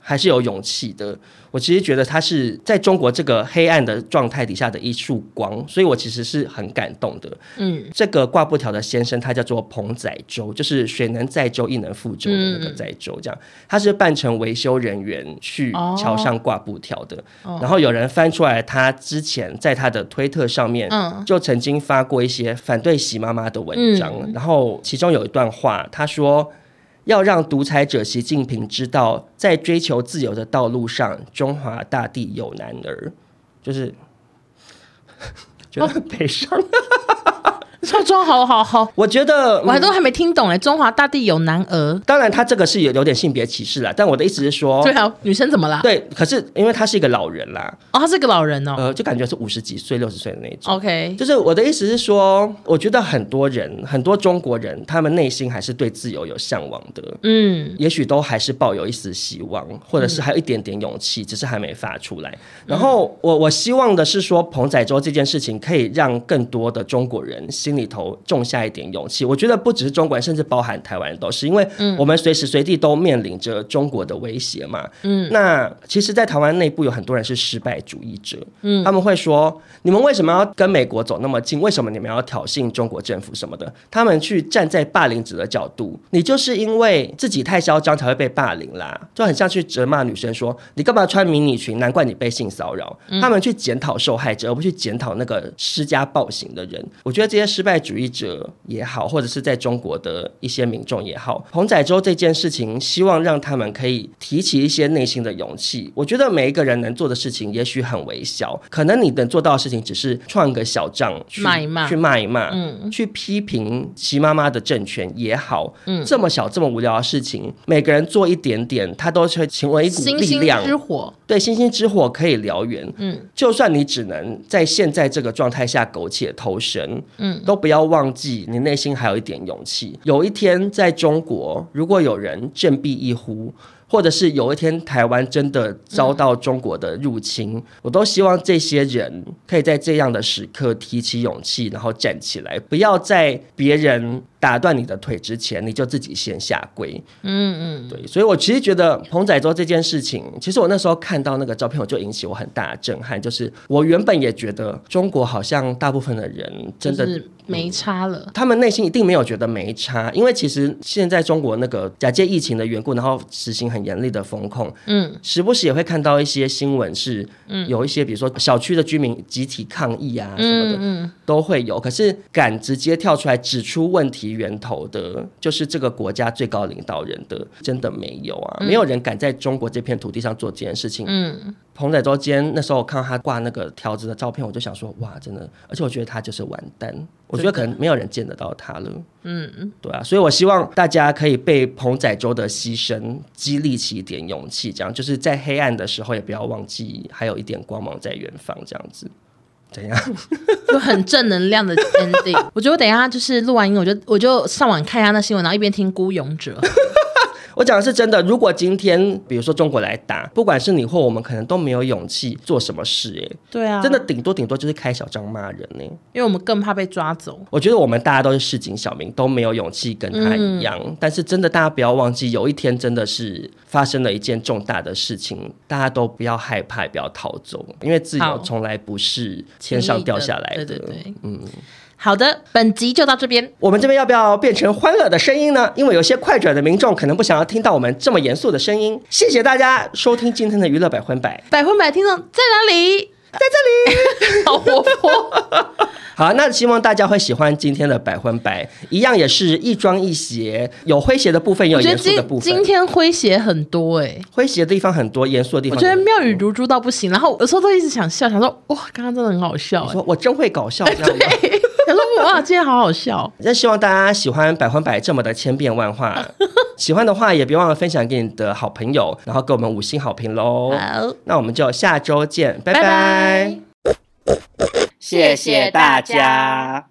还是有勇气的。我其实觉得他是在中国这个黑暗的状态底下的一束光，所以我其实是很感动的。嗯，这个挂布条的先生他叫做彭载舟，就是水能载舟亦能覆舟的那个载舟，这样、嗯、他是扮成维修人员去桥上挂布条的、哦、然后有人翻出来他之前在他的推特上面就曾经发过一些反对习妈妈的文章、嗯、然后其中有一段话他说，要让独裁者习近平知道，在追求自由的道路上，中华大地有男儿，就是觉得很悲伤。 说中好好好， 我觉得、 嗯、我还都还没听懂嘞。中华大地有男儿， 当然他这个是有有点性别歧视啦，但我的意思是说， 对啊，女生怎么啦？ 对，可是因为他是一个老人啦， 哦，他是个老人哦， 呃，就感觉是五十几岁、六十岁的那种。 OK， 就是我的意思是说，我觉得很多人，很多中国人，他们内心还是对自由有向往的，嗯，也许都还是抱有一丝希望，或者是还有一点点勇气，只是还没发出来。然后我我希望的是说，彭载舟这件事情可以让更多的中国人心里头种下一点勇气。我觉得不只是中国人，甚至包含台湾人都是，因为我们随时随地都面临着中国的威胁嘛。嗯，那其实，在台湾内部有很多人是失败主义者，嗯，他们会说，你们为什么要跟美国走那么近？为什么你们要挑衅中国政府什么的？他们去站在霸凌者的角度，你就是因为自己太嚣张才会被霸凌啦，就很像去责骂女生说，你干嘛穿迷你裙？难怪你被性骚扰。嗯，他们去检讨受害者，而不去检讨那个施加暴行的人。我觉得这些失败主义者也好，或者是在中国的一些民众也好，彭载舟这件事情希望让他们可以提起一些内心的勇气。我觉得每一个人能做的事情也许很微小，可能你能做到的事情只是创一个小账去骂一骂，去骂一骂、嗯、去批评习妈妈的政权也好、嗯、这么小这么无聊的事情，每个人做一点点，它都会成为一股力量， 星星之火， 对，星星之火可以燎原。嗯，就算你只能在现在这个状态下苟且偷生，嗯，都不要忘记你内心还有一点勇气。有一天在中国，如果有人振臂一呼，或者是有一天台湾真的遭到中国的入侵、嗯、我都希望这些人可以在这样的时刻提起勇气，然后站起来，不要在别人打断你的腿之前你就自己先下跪。嗯嗯，对，所以我其实觉得彭载舟这件事情，其实我那时候看到那个照片我就引起我很大的震撼，就是我原本也觉得中国好像大部分的人真的、 就是没差了、嗯、 他们内心一定没有觉得没差，因为其实现在中国那个假借疫情的缘故，然后实行很严厉的封控，嗯，时不时也会看到一些新闻是有一些比如说小区的居民集体抗议啊什么的、嗯嗯、都会有，可是敢直接跳出来指出问题源头的就是这个国家最高领导人的真的没有啊、嗯、没有人敢在中国这片土地上做这件事情。嗯，彭载舟今天那时候我看到他挂那个条子的照片，我就想说哇真的，而且我觉得他就是完蛋，我觉得可能没有人见得到他了。嗯，对啊，所以我希望大家可以被彭载舟的牺牲激励起一点勇气，这样就是在黑暗的时候也不要忘记还有一点光芒在远方，这样子。怎样？ 就很正能量的 ending。我觉得我等一下就是录完音，我就我就上网看一下那新闻，然后一边听《孤勇者》。 我讲的是真的，如果今天比如说中国来打，不管是你或我们，可能都没有勇气做什么事。哎， 对啊， 真的顶多顶多就是开小张骂人呢， 因为我们更怕被抓走。 我觉得我们大家都是市井小民，都没有勇气跟他一样、嗯、但是真的大家不要忘记，有一天真的是发生了一件重大的事情，大家都不要害怕，不要逃走，因为自由从来不是天上掉下来的。对对对，嗯。 好的，本集就到这边。 我们这边要不要变成欢乐的声音呢？因为有些快转的民众可能不想要听到我们这么严肃的声音。谢谢大家收听今天的娱乐百分百。 百分百听众在哪里？ 在这里。 好活泼。 好，那希望大家会喜欢今天的百分百，一样也是一庄一谐，有诙谐的部分，也有严肃的部分。 今天诙谐很多哎、欸， 诙谐的地方很多，严肃的地方我觉得妙语如珠到不行。然后有时候都一直想笑，想说哇，刚刚真的很好笑、欸。 你说我真会搞笑，这样吗？ 对，想说哇，今天好好笑。 那希望大家喜欢百分百这么的千变万化，喜欢的话也别忘了分享给你的好朋友，然后给我们五星好评喽。好，那我们就下周见，拜拜。 拜拜，谢谢大家。